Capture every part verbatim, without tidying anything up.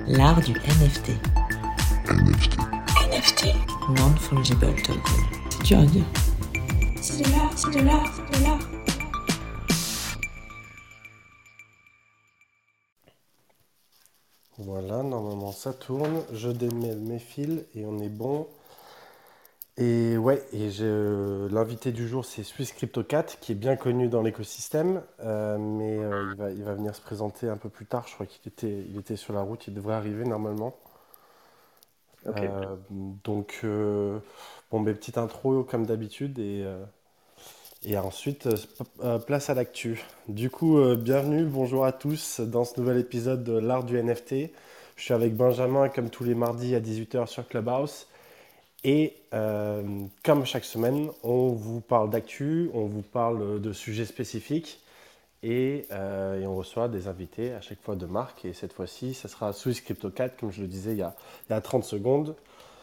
L'art du N F T. N F T. N F T. Non-fungible token. C'est dur à dire. C'est de l'art, c'est de l'art, c'est de l'art. Voilà, normalement ça tourne, je démêle mes fils et on est bon. Et ouais, et je, l'invité du jour c'est Swiss CryptoCat qui est bien connu dans l'écosystème, euh, mais euh, il va, il va venir se présenter un peu plus tard. Je crois qu'il était, il était sur la route, il devrait arriver normalement. Ok. Euh, donc, euh, bon, ben, petite intro comme d'habitude et, euh, et ensuite euh, euh, place à l'actu. Du coup, euh, bienvenue, bonjour à tous dans ce nouvel épisode de l'art du N F T. Je suis avec Benjamin comme tous les mardis à dix-huit heures sur Clubhouse. Et euh, comme chaque semaine, on vous parle d'actu, on vous parle de sujets spécifiques et, euh, et on reçoit des invités à chaque fois de marque. Et cette fois-ci, ça sera Swiss CryptoCat, comme je le disais il y a, il y a trente secondes.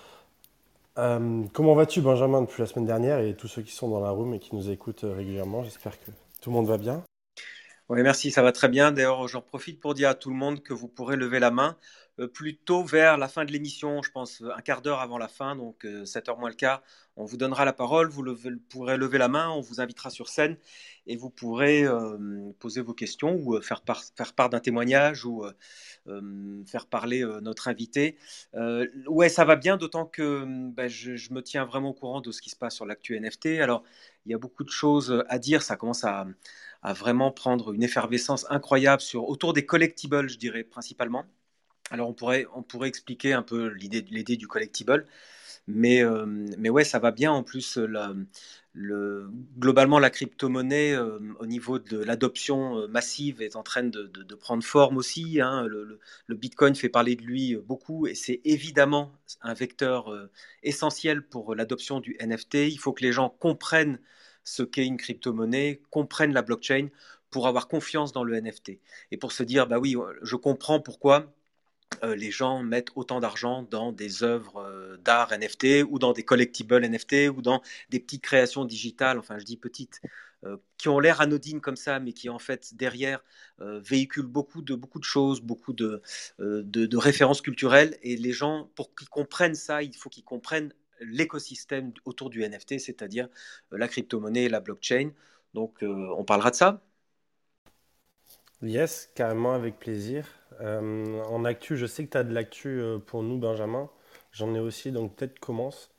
Euh, comment vas-tu, Benjamin, depuis la semaine dernière et tous ceux qui sont dans la room et qui nous écoutent régulièrement? J'espère que tout le monde va bien. Oui, merci, ça va très bien. D'ailleurs, j'en profite pour dire à tout le monde que vous pourrez lever la main euh, plutôt vers la fin de l'émission, je pense euh, un quart d'heure avant la fin, donc euh, sept heures moins le quart. On vous donnera la parole, vous levez- pourrez lever la main, on vous invitera sur scène et vous pourrez euh, poser vos questions ou euh, faire part, faire part d'un témoignage ou euh, euh, faire parler euh, notre invité. Euh, ouais, ça va bien, d'autant que bah, je, je me tiens vraiment au courant de ce qui se passe sur l'actu N F T. Alors, il y a beaucoup de choses à dire, ça commence à à vraiment prendre une effervescence incroyable sur, autour des collectibles, je dirais principalement. Alors on pourrait, on pourrait expliquer un peu l'idée, l'idée du collectible, mais, euh, mais ouais, ça va bien. En plus, la, le, globalement, la crypto-monnaie, euh, au niveau de l'adoption euh, massive, est en train de, de, de prendre forme aussi. Hein. Le, le, le Bitcoin fait parler de lui beaucoup et c'est évidemment un vecteur euh, essentiel pour l'adoption du N F T. Il faut que les gens comprennent ce qu'est une crypto-monnaie, comprennent la blockchain pour avoir confiance dans le N F T. Et pour se dire, bah oui, je comprends pourquoi euh, les gens mettent autant d'argent dans des œuvres euh, d'art N F T ou dans des collectibles N F T ou dans des petites créations digitales, enfin je dis petites, euh, qui ont l'air anodines comme ça, mais qui en fait derrière euh, véhiculent beaucoup de, beaucoup de choses, beaucoup de, euh, de, de références culturelles. Et les gens, pour qu'ils comprennent ça, il faut qu'ils comprennent l'écosystème autour du N F T, c'est-à-dire euh, la crypto-monnaie et la blockchain. Donc euh, on parlera de ça. Yes, carrément avec plaisir. Euh, en actu, je sais que tu as de l'actu euh, pour nous, Benjamin. J'en ai aussi, donc peut-être commence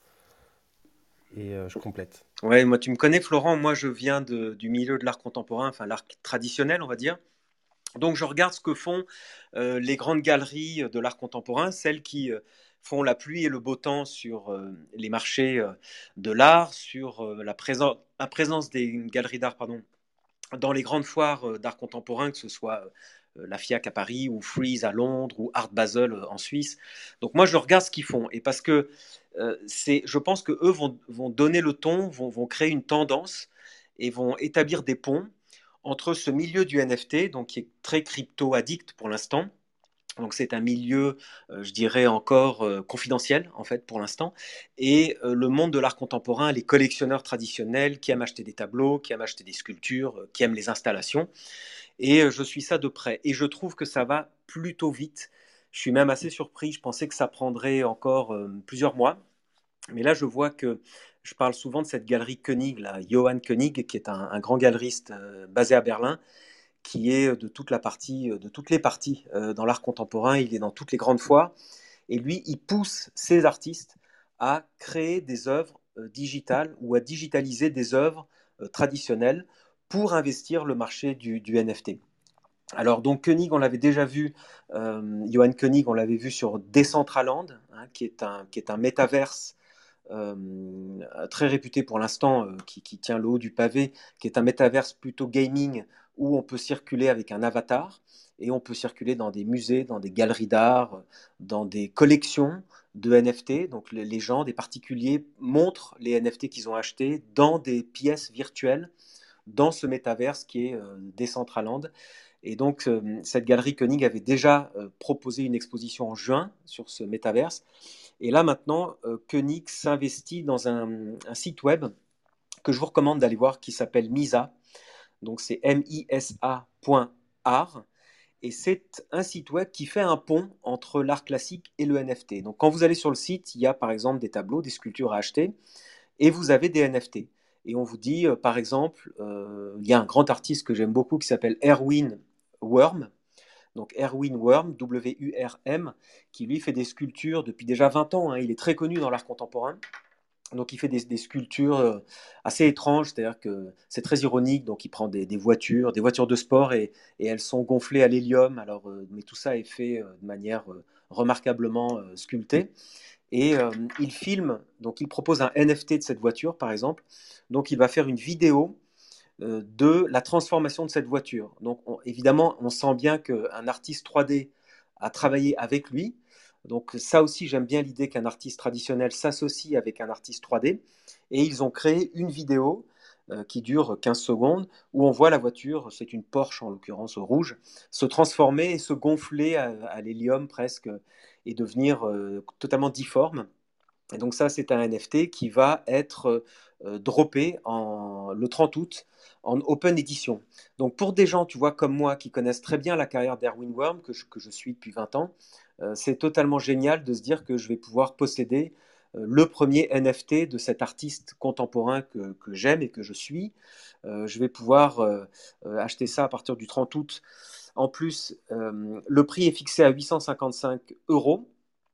et euh, je complète. Ouais, moi tu me connais Florent, moi je viens de, du milieu de l'art contemporain, enfin l'art traditionnel on va dire. Donc je regarde ce que font euh, les grandes galeries de l'art contemporain, celles qui euh, font la pluie et le beau temps sur euh, les marchés euh, de l'art, sur euh, la, présen- la présence des galeries d'art pardon, dans les grandes foires euh, d'art contemporain, que ce soit euh, la FIAC à Paris ou Frieze à Londres ou Art Basel euh, en Suisse. Donc moi je regarde ce qu'ils font et parce que euh, c'est, je pense que eux vont, vont donner le ton, vont, vont créer une tendance et vont établir des ponts entre ce milieu du N F T, donc qui est très crypto-addict pour l'instant. Donc c'est un milieu, euh, je dirais encore euh, confidentiel en fait pour l'instant, et euh, le monde de l'art contemporain, les collectionneurs traditionnels qui aiment acheter des tableaux, qui aiment acheter des sculptures, euh, qui aiment les installations, et euh, je suis ça de près. Et je trouve que ça va plutôt vite. Je suis même assez surpris. Je pensais que ça prendrait encore euh, plusieurs mois, mais là je vois que je parle souvent de cette galerie Koenig, là, Johann Koenig, qui est un, un grand galeriste euh, basé à Berlin qui est de toute la partie, de toutes les parties euh, dans l'art contemporain. Il est dans toutes les grandes foires. Et lui, il pousse ses artistes à créer des œuvres euh, digitales ou à digitaliser des œuvres euh, traditionnelles pour investir le marché du, du N F T. Alors donc Koenig, on l'avait déjà vu, euh, Johan Koenig, on l'avait vu sur Decentraland, hein, qui est un qui est un métaverse euh, très réputé pour l'instant, euh, qui, qui tient le haut du pavé, qui est un métaverse plutôt gaming où on peut circuler avec un avatar et on peut circuler dans des musées, dans des galeries d'art, dans des collections de N F T. Donc les gens, des particuliers, montrent les N F T qu'ils ont achetés dans des pièces virtuelles dans ce métaverse qui est euh, Decentraland. Et donc, euh, cette galerie Koenig avait déjà euh, proposé une exposition en juin sur ce métaverse. Et là, maintenant, euh, Koenig s'investit dans un, un site web que je vous recommande d'aller voir qui s'appelle Misa. Donc, c'est M I S A point art. Et c'est un site web qui fait un pont entre l'art classique et le N F T. Donc quand vous allez sur le site, il y a par exemple des tableaux, des sculptures à acheter, et vous avez des N F T. Et on vous dit, euh, par exemple, euh, il y a un grand artiste que j'aime beaucoup qui s'appelle Erwin Worm, donc Erwin Worm, W U R M, qui lui fait des sculptures depuis déjà vingt ans, hein. Il est très connu dans l'art contemporain. Donc il fait des, des sculptures euh, assez étranges, c'est-à-dire que c'est très ironique. Donc il prend des, des voitures, des voitures de sport, et, et elles sont gonflées à l'hélium. Alors, euh, mais tout ça est fait euh, de manière euh, remarquablement euh, sculptée. Et euh, il filme, donc il propose un N F T de cette voiture, par exemple. Donc il va faire une vidéo euh, de la transformation de cette voiture. Donc on- évidemment, on sent bien qu'un artiste trois D a travaillé avec lui. Donc ça aussi, j'aime bien l'idée qu'un artiste traditionnel s'associe avec un artiste trois D. Et ils ont créé une vidéo euh, qui dure quinze secondes, où on voit la voiture, c'est une Porsche en l'occurrence rouge, se transformer et se gonfler à, à l'hélium presque, et devenir euh, totalement difforme. Et donc ça, c'est un N F T qui va être euh, droppé en, le trente août en open edition. Donc pour des gens, tu vois, comme moi, qui connaissent très bien la carrière d'Erwin Worm, que je, que je suis depuis vingt ans, euh, c'est totalement génial de se dire que je vais pouvoir posséder euh, le premier N F T de cet artiste contemporain que, que j'aime et que je suis. Euh, je vais pouvoir euh, euh, acheter ça à partir du trente août. En plus, euh, le prix est fixé à huit cent cinquante-cinq euros.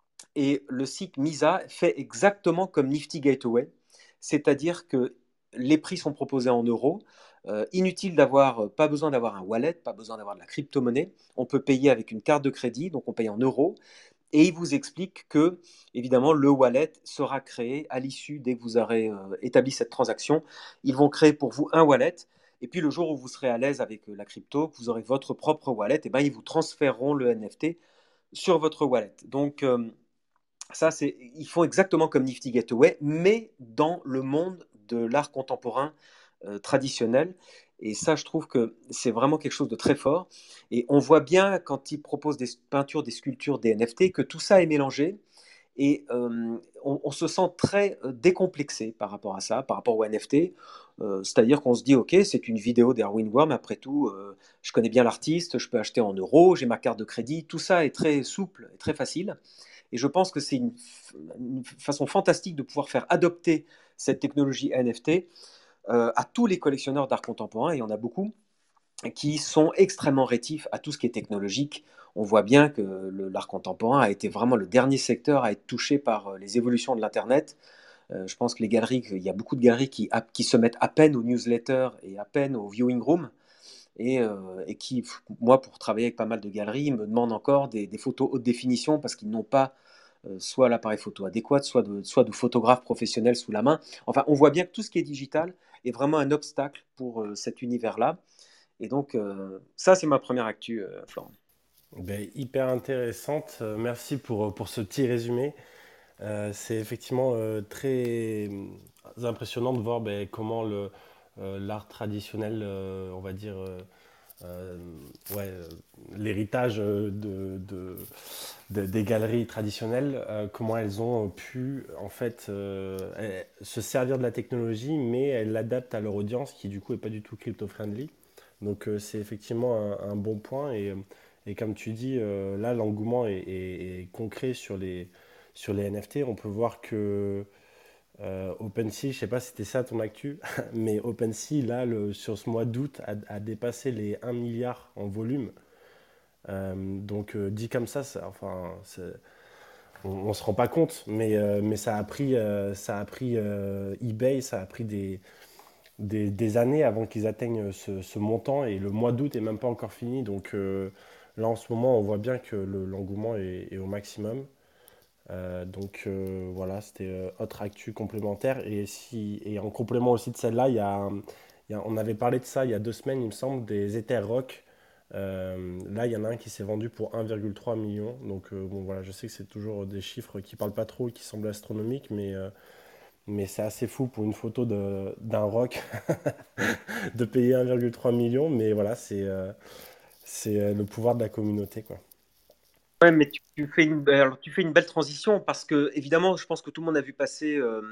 Et le site Misa fait exactement comme Nifty Gateway, c'est-à-dire que les prix sont proposés en euros. Euh, inutile d'avoir, pas besoin d'avoir un wallet, pas besoin d'avoir de la crypto-monnaie. On peut payer avec une carte de crédit, donc on paye en euros. Et il vous explique que, évidemment, le wallet sera créé à l'issue, dès que vous aurez euh, établi cette transaction. Ils vont créer pour vous un wallet. Et puis le jour où vous serez à l'aise avec euh, la crypto, que vous aurez votre propre wallet, et ben, ils vous transféreront le N F T sur votre wallet. Donc, euh, ça, c'est, ils font exactement comme Nifty Gateway, mais dans le monde de l'art contemporain euh, traditionnel. Et ça, je trouve que c'est vraiment quelque chose de très fort. Et on voit bien, quand ils proposent des peintures, des sculptures, des N F T, que tout ça est mélangé. Et euh, on, on se sent très euh, décomplexé par rapport à ça, par rapport au N F T. Euh, c'est-à-dire qu'on se dit, OK, c'est une vidéo d'Erwin Worm, après tout, euh, je connais bien l'artiste, je peux acheter en euros, j'ai ma carte de crédit, tout ça est très souple et très facile. Et je pense que c'est une, une façon fantastique de pouvoir faire adopter cette technologie N F T euh, à tous les collectionneurs d'art contemporain, et il y en a beaucoup, qui sont extrêmement rétifs à tout ce qui est technologique. On voit bien que le- l'art contemporain a été vraiment le dernier secteur à être touché par euh, les évolutions de l'Internet. Euh, je pense que les galeries, il y a beaucoup de galeries qui, à- qui se mettent à peine aux newsletters et à peine aux viewing rooms, et, euh, et qui, pff, moi, pour travailler avec pas mal de galeries, me demandent encore des, des photos haute définition parce qu'ils n'ont pas euh, soit l'appareil photo adéquat, soit de, soit de photographes professionnels sous la main. Enfin, on voit bien que tout ce qui est digital est vraiment un obstacle pour euh, cet univers-là. Et donc, euh, ça, c'est ma première actu, euh, Florent. Ben, hyper intéressante. Euh, Merci pour, pour ce petit résumé. Euh, c'est effectivement euh, très euh, impressionnant de voir ben, comment le, euh, l'art traditionnel, euh, on va dire, euh, euh, ouais, euh, l'héritage euh, de, de- de- des galeries traditionnelles, euh, comment elles ont pu en fait euh, eh, se servir de la technologie, mais elles l'adaptent à leur audience qui du coup est pas du tout crypto-friendly. Donc euh, c'est effectivement un, un bon point et, euh, et comme tu dis, euh, là l'engouement est, est- est concret sur les, sur les N F T. On peut voir que euh, OpenSea, je sais pas si c'était ça ton actu, mais OpenSea, là, le- sur ce mois d'août, a, a dépassé les un milliard en volume. Euh, donc, euh, dit comme ça, ça- enfin, c'est- on, on se rend pas compte, mais, euh, mais ça a pris, euh, ça a pris euh, eBay, ça a pris des, des, des années avant qu'ils atteignent ce, ce montant, et le mois d'août est même pas encore fini. Donc, euh, là, en ce moment, on voit bien que le- l'engouement est, est au maximum. Euh, donc euh, voilà, c'était euh, autre actu complémentaire. Et, si, et en complément aussi de celle-là, il y a, un- il y a- on avait parlé de ça il y a deux semaines, il me semble, des Ether Rock. Euh, là, il y en a un qui s'est vendu pour un virgule trois million. Donc euh, bon, voilà, je sais que c'est toujours des chiffres qui parlent pas trop, qui semblent astronomiques, mais, euh, mais c'est assez fou pour une photo de- d'un rock de payer un virgule trois million. Mais voilà, c'est euh, c'est euh, le pouvoir de la communauté, quoi. Ouais, mais tu, tu fais une, alors, tu fais une belle transition parce que, évidemment, je pense que tout le monde a vu passer euh,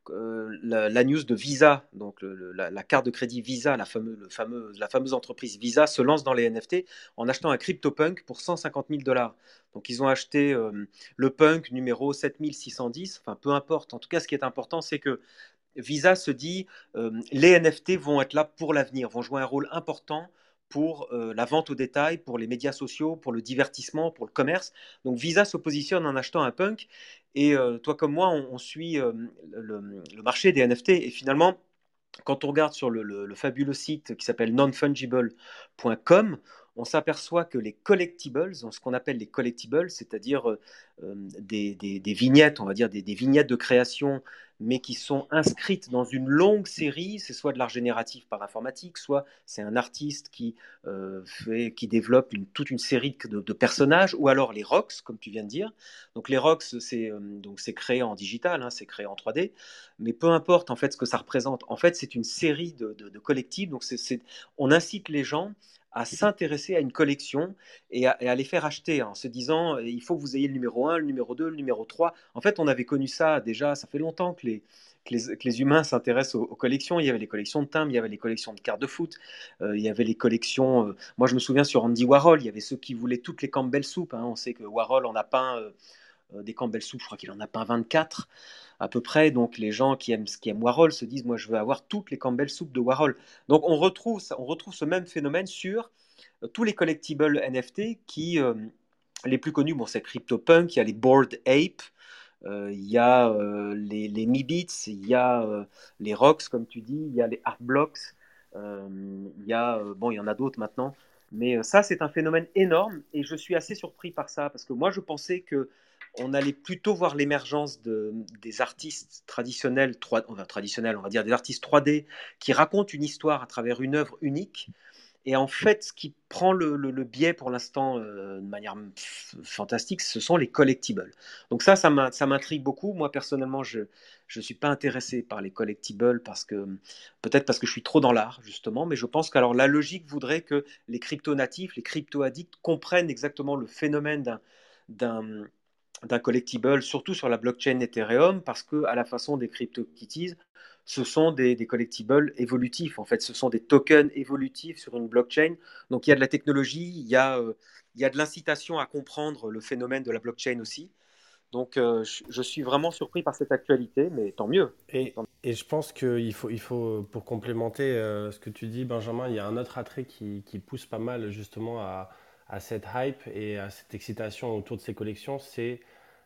euh, la, la news de Visa, donc le- le- la, la carte de crédit Visa, la, fameux, le fameux, la fameuse entreprise Visa se lance dans les N F T en achetant un CryptoPunk pour cent cinquante mille dollars. Donc ils ont acheté euh, le Punk numéro sept mille six cent dix, enfin peu importe. En tout cas, ce qui est important, c'est que Visa se dit euh, les N F T vont être là pour l'avenir, vont jouer un rôle important pour euh, la vente au détail, pour les médias sociaux, pour le divertissement, pour le commerce. Donc Visa se positionne en achetant un punk. Et euh, toi comme moi, on, on suit euh, le, le marché des N F T. Et finalement, quand on regarde sur le, le- le fabuleux site qui s'appelle non fungible point com, on s'aperçoit que les collectibles, ce qu'on appelle les collectibles, c'est-à-dire euh, euh, des, des- des vignettes, on va dire des, des vignettes de création, mais qui sont inscrites dans une longue série, c'est soit de l'art génératif par informatique, soit c'est un artiste qui, euh, fait, qui développe une- toute une série de, de personnages, ou alors les rocks, comme tu viens de dire. Donc les rocks, c'est euh, donc c'est créé en digital, hein, c'est créé en trois D, mais peu importe en fait ce que ça représente. En fait, c'est une série de, de, de collectifs. Donc, c'est, c'est- on incite les gens à s'intéresser à une collection et à, et à les faire acheter en se disant il faut que vous ayez le numéro un, le numéro deux, le numéro trois. En fait, on avait connu ça déjà, ça fait longtemps que les, que les, que les humains s'intéressent aux, aux collections. Il y avait les collections de timbres, il y avait les collections de cartes de foot, euh, il y avait les collections. Euh, moi, je me souviens sur Andy Warhol, il y avait ceux qui voulaient toutes les Campbell Soup, hein. On sait que Warhol en a peint euh, euh, des Campbell Soup, je crois qu'il en a peint vingt-quatre à peu près. Donc les gens qui aiment, qui aiment Warhol se disent, moi je veux avoir toutes les Campbell Soup de Warhol. Donc on retrouve, ça- on retrouve ce même phénomène sur euh, tous les collectibles N F T qui, euh, les plus connus, bon, c'est CryptoPunk, il y a les Bored Ape, euh, il y a euh, les, les Meebits, il y a euh, les Rocks, comme tu dis, il y a les Art Blocks, euh, il y a, euh, bon, il y en a d'autres maintenant. Mais euh, ça, c'est un phénomène énorme et je suis assez surpris par ça parce que moi, je pensais que on allait plutôt voir l'émergence de, des artistes traditionnels, trois- enfin, traditionnels, on va dire des artistes trois D qui racontent une histoire à travers une œuvre unique. Et en fait, ce qui prend le, le- le biais pour l'instant euh, de manière f- fantastique, ce sont les collectibles. Donc ça, ça m'in- ça m'intrigue beaucoup. Moi, personnellement, je ne suis pas intéressé par les collectibles parce que peut-être parce que je suis trop dans l'art, justement, mais je pense que alors, la logique voudrait que les crypto-natifs, les crypto-addicts comprennent exactement le phénomène d'un d'un d'un collectible, surtout sur la blockchain Ethereum, parce que à la façon des CryptoKitties, ce sont des, des collectibles évolutifs. En fait, ce sont des tokens évolutifs sur une blockchain. Donc, il y a de la technologie, il y a, euh, il y a de l'incitation à comprendre le phénomène de la blockchain aussi. Donc, euh, je, je suis vraiment surpris par cette actualité, mais tant mieux. Et, et je pense qu'il faut, il faut, pour complémenter euh, ce que tu dis, Benjamin, il y a un autre attrait qui, qui pousse pas mal justement à, à cette hype et à cette excitation autour de ces collections, c'est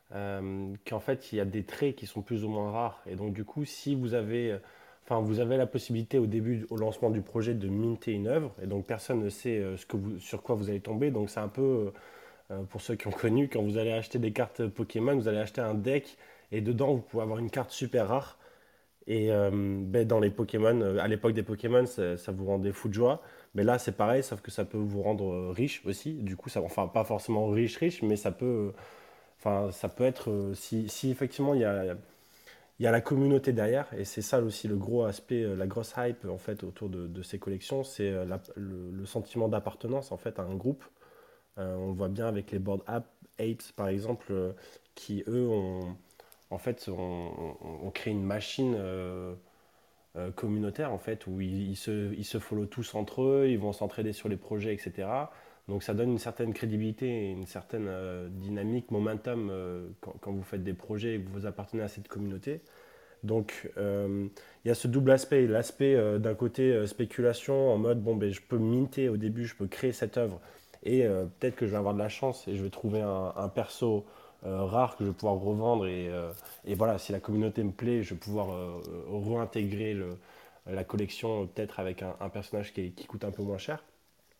euh, qu'en fait, il y a des traits qui sont plus ou moins rares. Et donc, du coup, si vous avez, euh, enfin, vous avez la possibilité au début, au lancement du projet, de minter une œuvre, et donc personne ne sait euh, ce que vous, sur quoi vous allez tomber. Donc, c'est un peu, euh, pour ceux qui ont connu, quand vous allez acheter des cartes Pokémon, vous allez acheter un deck, et dedans, vous pouvez avoir une carte super rare. Et euh, ben, dans les Pokémon, euh, à l'époque des Pokémon, ça, ça vous rendait fou de joie. Mais là, c'est pareil, sauf que ça peut vous rendre euh, riche aussi. Du coup, ça, enfin, pas forcément riche, riche, mais ça peut, enfin, ça peut être, euh, si, si effectivement il y a, il y a la communauté derrière, et c'est ça aussi le gros aspect, euh, la grosse hype en fait autour de, de ces collections, c'est euh, la- le, le sentiment d'appartenance en fait à un groupe. Euh, on le voit bien avec les board app, apes par exemple, euh, qui eux ont, en fait, ont, ont- ont créé une machine. Euh, euh, communautaire en fait, où ils, ils se, ils se follow tous entre eux, ils vont s'entraider sur les projets, et cetera. Donc ça donne une certaine crédibilité et une certaine euh, dynamique, momentum euh, quand, quand vous faites des projets et que vous appartenez à cette communauté. Donc euh, il y a ce double aspect, l'aspect euh, d'un côté euh, spéculation en mode bon ben je peux minter au début, je peux créer cette œuvre et euh, peut-être que je vais avoir de la chance et je vais trouver un, un perso euh, rare que je vais pouvoir revendre et, euh, et voilà, si la communauté me plaît, je vais pouvoir euh, réintégrer le, la collection euh, peut-être avec un, un personnage qui, est- qui coûte un peu moins cher.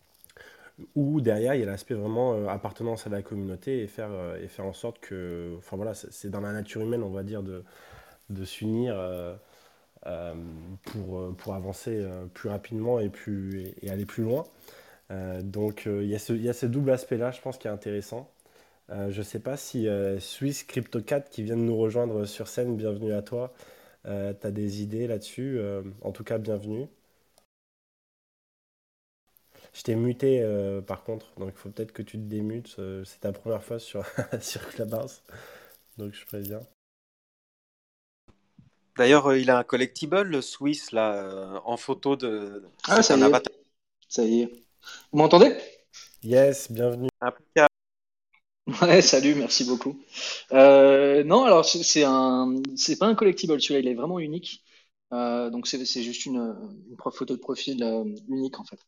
Ou derrière, il y a l'aspect vraiment euh, appartenance à la communauté et faire, euh, et faire en sorte que, enfin voilà, c'est c'est dans la nature humaine, on va dire, de, de s'unir euh, euh, pour, euh, pour avancer euh, plus rapidement et, plus, et, et aller plus loin. Euh, donc euh, il y a ce, il y a ce double aspect-là, je pense, qui est intéressant. Euh, je ne sais pas si euh, Swiss CryptoCat qui vient de nous rejoindre sur scène, bienvenue à toi. Euh, tu as des idées là-dessus? Euh, en tout cas, bienvenue. Je t'ai muté euh, par contre, donc il faut peut-être que tu te démutes. Euh, c'est ta première fois sur, sur Clubhouse, donc je préviens. D'ailleurs, euh, il a un collectible, le Swiss, là, euh, en photo de. Ah, C'est ça un y est, avatar ça y est. Vous m'entendez? Yes, bienvenue. impeccable. Ouais, salut, merci beaucoup. Euh, non, alors c'est c'est un, c'est pas un collectible, celui-là, il est vraiment unique. Euh, donc c'est c'est juste une, une pro- photo de profil euh, unique en fait.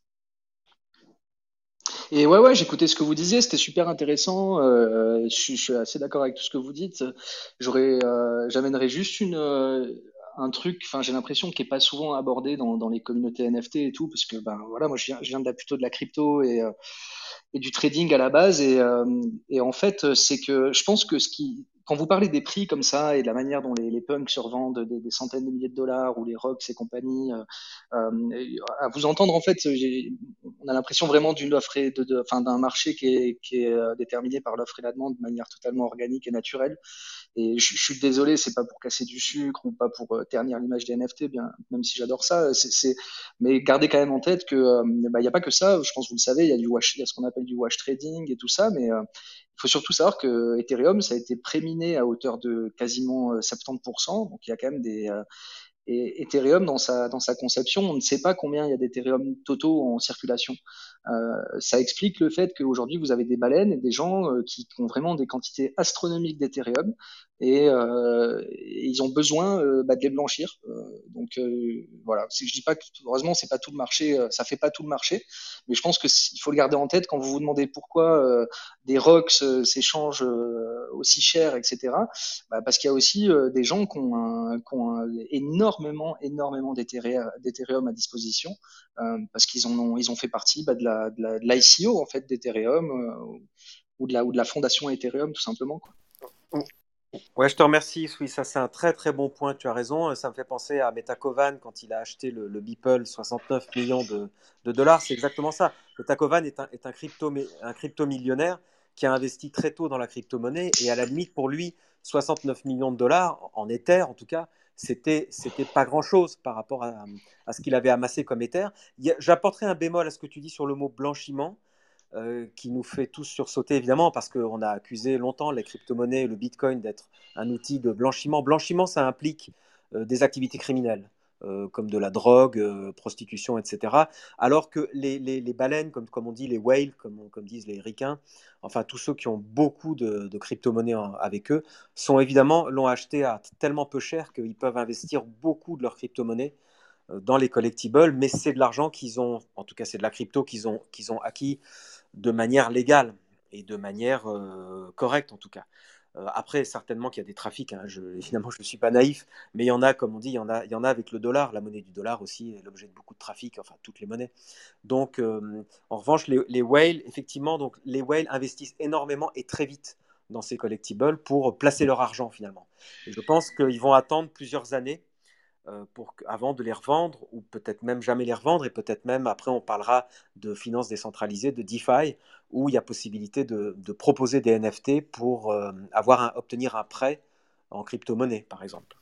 Et ouais, ouais, j'écoutais ce que vous disiez, c'était super intéressant. Euh, je, suis je suis assez d'accord avec tout ce que vous dites. J'aurais, euh, j'amènerais juste une, euh, un truc. Enfin, j'ai l'impression qui est pas souvent abordé dans, dans les communautés N F T et tout, parce que ben voilà, moi je viens, je viens de la, plutôt de la crypto et euh, et du trading à la base. Et, euh, et en fait, c'est que je pense que ce qui, quand vous parlez des prix comme ça et de la manière dont les, les punks se revendent des, des centaines de milliers de dollars ou les rocks et compagnie, euh, euh, à vous entendre, en fait, j'ai, on a l'impression vraiment d'une offre et de, de, enfin, d'un marché qui est, qui est euh, déterminé par l'offre et la demande de manière totalement organique et naturelle. Et je, je suis désolé, c'est pas pour casser du sucre ou pas pour euh, ternir l'image des N F T, bien, même si j'adore ça. C'est, c'est, mais gardez quand même en tête que euh, bah, il y a pas que ça. Je pense que vous le savez, il y a du wash, il y a ce qu'on appelle du wash trading et tout ça, mais euh, il faut surtout savoir que Ethereum, ça a été préminé à hauteur de quasiment euh, soixante-dix pour cent. Donc il y a quand même des, euh, et Ethereum, dans sa, dans sa conception, on ne sait pas combien il y a d'Ethereum totaux en circulation. Euh, ça explique le fait qu'aujourd'hui, vous avez des baleines et des gens euh, qui ont vraiment des quantités astronomiques d'Ethereum et, euh, et ils ont besoin euh, bah, de les blanchir. Euh, donc euh, voilà, si je dis pas que heureusement c'est pas tout le marché, euh, ça fait pas tout le marché, mais je pense que il faut le garder en tête quand vous vous demandez pourquoi euh, des rocks euh, s'échangent euh, aussi cher, et cetera. Bah, parce qu'il y a aussi euh, des gens qui ont, un, qui ont un- énormément, énormément d'Etheré- d'Ethereum à disposition, euh, parce qu'ils en ont, ils ont fait partie bah, de la, de la, de l'I C O en fait d'Ethereum euh, ou de la, ou de la fondation Ethereum tout simplement, quoi. Ouais, je te remercie. Oui, ça c'est un très très bon point. Tu as raison. Ça me fait penser à Metakovan quand il a acheté le, le Beeple, soixante-neuf millions de, de dollars. C'est exactement ça. Metakovan est un, est un crypto, un crypto millionnaire qui a investi très tôt dans la crypto-monnaie et à la limite pour lui, soixante-neuf millions de dollars en Ether en tout cas, c'était c'était pas grand-chose par rapport à, à ce qu'il avait amassé comme Ether. Il y a- J'apporterai un bémol à ce que tu dis sur le mot blanchiment euh, qui nous fait tous sursauter évidemment parce qu'on a accusé longtemps les crypto-monnaies et le bitcoin d'être un outil de blanchiment. Blanchiment, ça implique euh, des activités criminelles. Euh, comme de la drogue, euh, prostitution, et cetera. Alors que les, les, les baleines, comme, comme on dit, les whales, comme, comme disent les ricains, enfin tous ceux qui ont beaucoup de, de crypto-monnaies en- avec eux, sont évidemment, l'ont acheté à tellement peu cher qu'ils peuvent investir beaucoup de leurs crypto-monnaies euh, dans les collectibles, mais c'est de l'argent qu'ils ont, en tout cas c'est de la crypto qu'ils ont, qu'ils ont acquis de manière légale et de manière euh, correcte en tout cas. Euh, après, certainement qu'il y a des trafics, hein. Je, évidemment je ne suis pas naïf, mais il y en a, comme on dit, il y en a, il y en a avec le dollar, la monnaie du dollar aussi est l'objet de beaucoup de trafics, enfin toutes les monnaies. Donc euh, en revanche, les, les whales, effectivement, donc, les whales investissent énormément et très vite dans ces collectibles pour placer leur argent finalement. Et je pense qu'ils vont attendre plusieurs années euh, pour, avant de les revendre, ou peut-être même jamais les revendre, et peut-être même après on parlera de finances décentralisées, de DeFi, où il y a possibilité de, de proposer des N F T pour euh, avoir un, obtenir un prêt en crypto-monnaie, par exemple.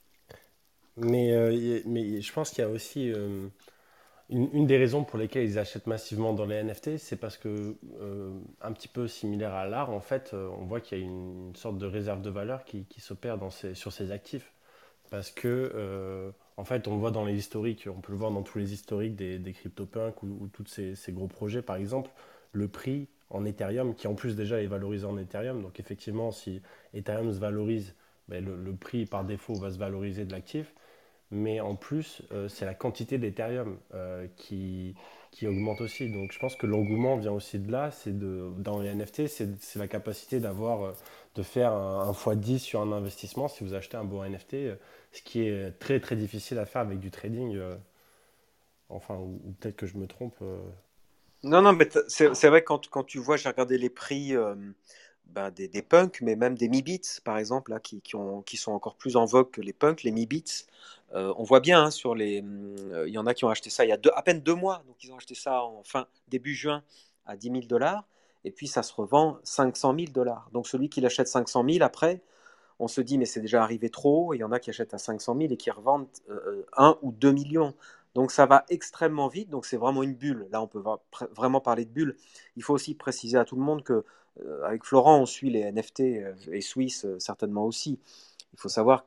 Mais, euh, y- mais je pense qu'il y a aussi euh, une, une des raisons pour lesquelles ils achètent massivement dans les N F T, c'est parce que, euh, un petit peu similaire à l'art, en fait, euh, on voit qu'il y a une, une sorte de réserve de valeur qui, qui s'opère dans ces- sur ces actifs. Parce que, euh, en fait, on le voit dans les historiques, on peut le voir dans tous les historiques des, des CryptoPunks ou, ou tous ces, ces gros projets, par exemple, le prix en Ethereum, qui en plus déjà est valorisé en Ethereum. Donc effectivement, si Ethereum se valorise, ben, le, le prix par défaut va se valoriser de l'actif. Mais en plus, euh, c'est la quantité d'Ethereum euh, qui, qui augmente aussi. Donc je pense que l'engouement vient aussi de là. C'est de, dans les N F T, c'est c'est la capacité d'avoir, euh, de faire un, un fois dix sur un investissement si vous achetez un bon N F T, euh, ce qui est très très difficile à faire avec du trading. euh, enfin, ou, ou peut-être que je me trompe. euh. Non, non, mais t- c'est c'est vrai que quand, quand tu vois, j'ai regardé les prix euh, ben, des, des punks, mais même des Mi-Bits, par exemple, là, qui, qui, ont, qui sont encore plus en vogue que les punks, les Mi-Bits. Euh, on voit bien hein, sur les. hum, euh, Il y en a qui ont acheté ça il y a deux- à peine deux mois, donc ils ont acheté ça en fin, début juin à dix mille dollars, et puis ça se revend cinq cent mille dollars. Donc celui qui l'achète cinq cent mille, après, on se dit, mais c'est déjà arrivé trop haut. Il y en a qui achètent à cinq cent mille et qui revendent euh, un ou deux millions. Donc ça va extrêmement vite. Donc c'est vraiment une bulle. Là, on peut vraiment parler de bulle. Il faut aussi préciser à tout le monde que euh, avec Florent, on suit les N F T euh, et Swiss euh, certainement aussi. Il faut savoir que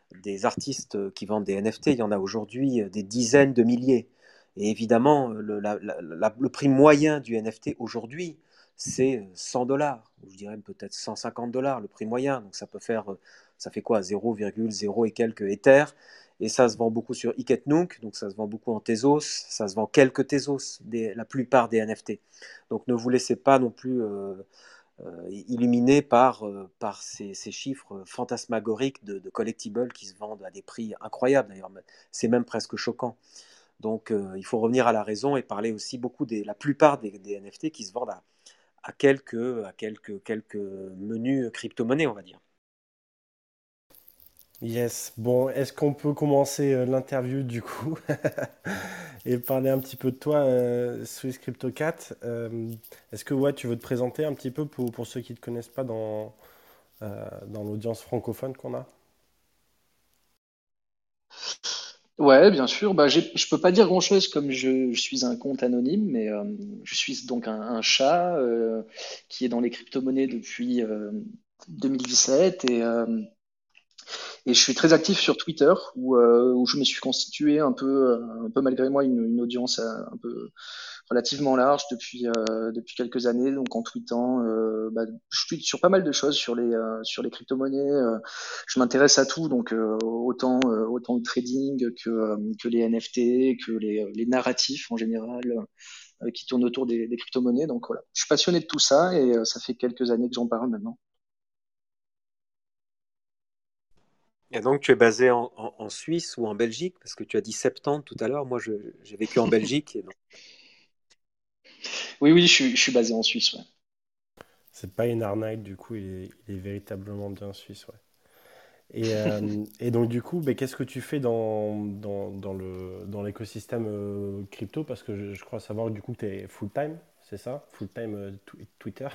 des artistes qui vendent des N F T, il y en a aujourd'hui des dizaines de milliers. Et évidemment, le, la- la- la- le prix moyen du N F T aujourd'hui, c'est cent dollars, ou je dirais peut-être cent cinquante dollars, le prix moyen. Donc ça peut faire, euh, ça fait quoi, zéro virgule zéro et quelques Ether. Et ça se vend beaucoup sur Iketnook, donc ça se vend beaucoup en Tezos, ça se vend quelques Tezos, des- la plupart des N F T. Donc ne vous laissez pas non plus euh, euh, illuminé par, euh, par ces, ces chiffres fantasmagoriques de, de collectibles qui se vendent à des prix incroyables d'ailleurs. C'est même presque choquant. Donc euh, il faut revenir à la raison et parler aussi beaucoup des, la plupart des, des N F T qui se vendent à, à quelques, à quelques, quelques menus crypto-monnaies, on va dire. Yes. Bon, est-ce qu'on peut commencer euh, l'interview du coup et parler un petit peu de toi, euh, Swiss Crypto Cat. Euh, est-ce que ouais, tu veux te présenter un petit peu pour, pour ceux qui ne te connaissent pas dans, euh, dans l'audience francophone qu'on a? Ouais, bien sûr. Bah, j'ai- je peux pas dire grand-chose comme je, je suis un compte anonyme, mais euh, je suis donc un, un chat euh, qui est dans les crypto-monnaies depuis euh, deux mille dix-sept et, euh, et je suis très actif sur Twitter où, euh, où je me suis constitué un peu, euh, un peu malgré moi une, une audience euh, un peu relativement large depuis euh, depuis quelques années. Donc en tweetant, euh, bah, je tweete sur pas mal de choses sur les euh, sur les crypto-monnaies. Euh, je m'intéresse à tout, donc euh, autant euh, autant le trading que euh, que les N F T, que les les narratifs en général euh, qui tournent autour des, des crypto-monnaies. Donc voilà, je suis passionné de tout ça et euh, ça fait quelques années que j'en parle maintenant. Et donc tu es basé en, en- en Suisse ou en Belgique, parce que tu as dit soixante-dix tout à l'heure. Moi, je- j'ai vécu en Belgique. Et donc... Oui, oui, je suis je suis basé en Suisse. Ouais. C'est pas une arnaque, du coup, il est, il est véritablement bien suisse, ouais. Et, euh, et donc, du coup, ben, qu'est-ce que tu fais dans, dans, dans le, dans l'écosystème euh, crypto? Parce que je, je crois savoir, du coup, que tu es full-time, c'est ça? Full-time euh, tw- Twitter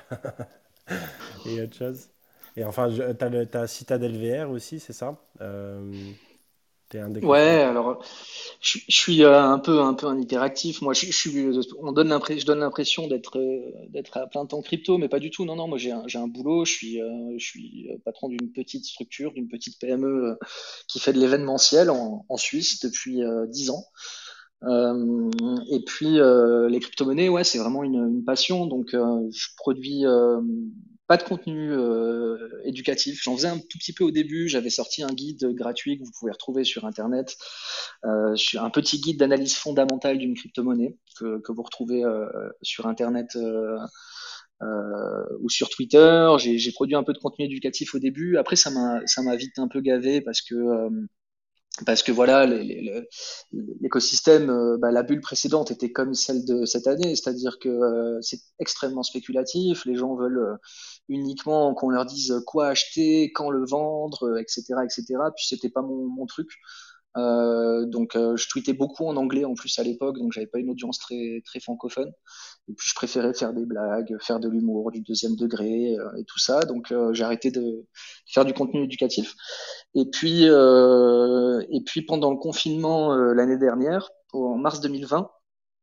et autre chose. Et enfin, tu as, le, t'as Citadel V R aussi, c'est ça? Euh, tu es un des Ouais, cofondateurs. alors je, je suis euh, un peu un peu un hyperactif. Moi, je, je suis, on donne l'impression, je donne l'impression d'être euh, d'être à plein temps crypto, mais pas du tout. Non, non, moi j'ai un, j'ai un boulot. Je suis euh, je suis euh, patron d'une petite structure, d'une petite P M E euh, qui fait de l'événementiel en, en Suisse depuis euh, dix ans. Euh, et puis euh, les crypto-monnaies, ouais, c'est vraiment une, une passion. Donc euh, je produis euh, pas de contenu euh, éducatif. J'en faisais un tout petit peu au début. J'avais sorti un guide gratuit que vous pouvez retrouver sur Internet, euh, un petit guide d'analyse fondamentale d'une crypto-monnaie que, que vous retrouvez euh, sur Internet euh, euh, ou sur Twitter. J'ai j'ai produit un peu de contenu éducatif au début. Après, ça m'a ça m'a vite un peu gavé parce que euh, parce que voilà, les- les- le- l'écosystème, euh, bah, la bulle précédente était comme celle de cette année, c'est-à-dire que euh, c'est extrêmement spéculatif. Les gens veulent euh, uniquement qu'on leur dise quoi acheter, quand le vendre, euh, et cetera, et cetera. Puis c'était pas mon, mon truc. Euh, donc euh, je tweetais beaucoup en anglais en plus à l'époque, donc j'avais pas une audience très très francophone. Et puis je préférais faire des blagues, faire de l'humour, du deuxième degré euh, et tout ça. Donc euh, j'ai arrêté de faire du contenu éducatif. Et puis euh, et puis pendant le confinement euh, l'année dernière, en mars deux mille vingt.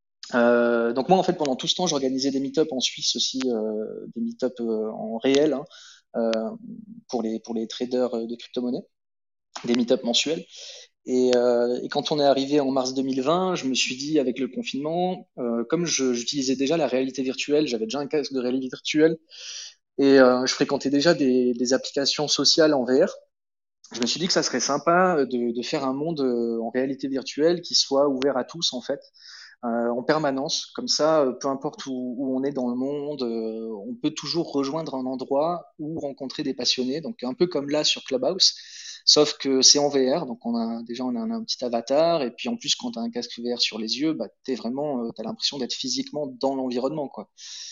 Euh, donc moi en fait pendant tout ce temps j'organisais des meet-up en Suisse aussi, euh, des meet-up euh, en réel hein, euh, pour les pour les traders de crypto-monnaies, des meet-up mensuels. Et, euh, et quand on est arrivé en mars deux mille vingt, je me suis dit avec le confinement, euh, comme je- j'utilisais déjà la réalité virtuelle, j'avais déjà un casque de réalité virtuelle et euh, je fréquentais déjà des, des applications sociales en V R. Je me suis dit que ça serait sympa de, de faire un monde euh, en réalité virtuelle qui soit ouvert à tous en fait, euh, en permanence. Comme ça, euh, peu importe où, où on est dans le monde, euh, on peut toujours rejoindre un endroit ou rencontrer des passionnés. Donc un peu comme là sur Clubhouse, sauf que c'est en V R. Donc on a déjà on a un, un petit avatar et puis en plus quand tu as un casque V R sur les yeux, bah t'es vraiment, euh, t'as l'impression d'être physiquement dans l'environnement quoi.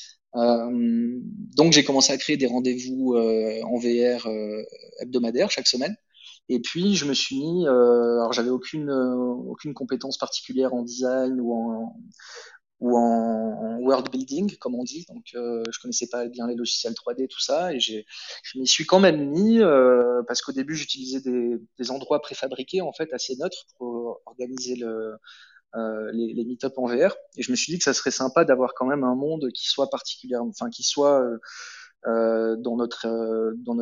Euh, donc j'ai commencé à créer des rendez-vous euh, en V R euh, hebdomadaires chaque semaine. Et puis je me suis mis, euh, alors j'avais aucune euh, aucune compétence particulière en design ou en ou en, en world building comme on dit. Donc euh, je connaissais pas bien les logiciels trois D tout ça et j'ai je m'y suis quand même mis euh, parce qu'au début j'utilisais des, des endroits préfabriqués en fait assez neutres pour organiser le euh, les, les meet-up en V R. Et je me suis dit que ça serait sympa d'avoir quand même un monde qui soit particulièrement, enfin qui soit euh, euh, dans notre euh, dans notre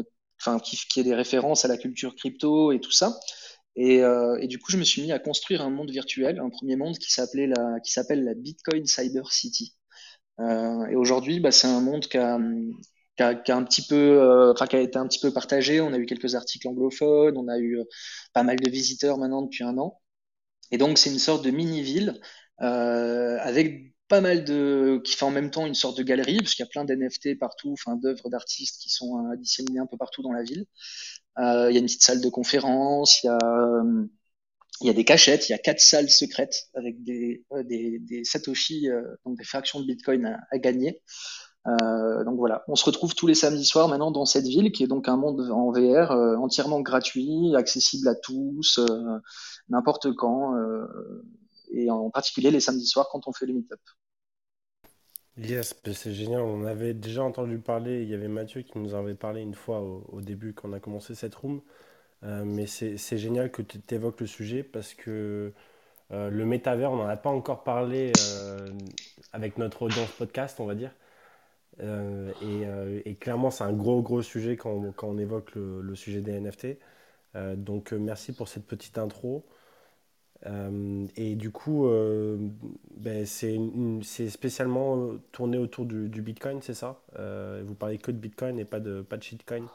enfin qui, qui ait des références à la culture crypto et tout ça. Et, euh, et du coup, je me suis mis à construire un monde virtuel, un premier monde qui s'appelait la, qui s'appelle la Bitcoin Cyber City. Euh, et aujourd'hui, bah, c'est un monde qui a, qui a, qui a un petit peu, euh, enfin qui a été un petit peu partagé. On a eu quelques articles anglophones, on a eu euh, pas mal de visiteurs maintenant depuis un an. Et donc, c'est une sorte de mini-ville euh, avec pas mal de, qui fait en même temps une sorte de galerie, parce qu'il y a plein d'N F T partout, enfin d'œuvres d'artistes qui sont euh, disséminées un peu partout dans la ville. Euh, Il y a une petite salle de conférence, il y a euh, il y a des cachettes, il y a quatre salles secrètes avec des, euh, des, des satoshi, euh, donc des fractions de Bitcoin à, à gagner. Euh, donc voilà, on se retrouve tous les samedis soirs maintenant dans cette ville qui est donc un monde en V R euh, entièrement gratuit, accessible à tous, euh, n'importe quand, euh, et en particulier les samedis soirs quand on fait le meet-up. Yes, ben c'est génial. On avait déjà entendu parler. Il y avait Mathieu qui nous en avait parlé une fois au, au début quand on a commencé cette room. Euh, mais c'est c'est génial que tu évoques le sujet parce que euh, le métavers, on n'en a pas encore parlé euh, avec notre audience podcast, on va dire. Euh, et, euh, et clairement, c'est un gros, gros sujet quand on, quand on évoque le, le sujet des N F T. Euh, donc, euh, merci pour cette petite intro. Euh, et du coup, euh, ben, c'est une- c'est spécialement euh, tourné autour du, du Bitcoin, c'est ça? Euh, vous parlez que de Bitcoin et pas de, pas de shitcoin?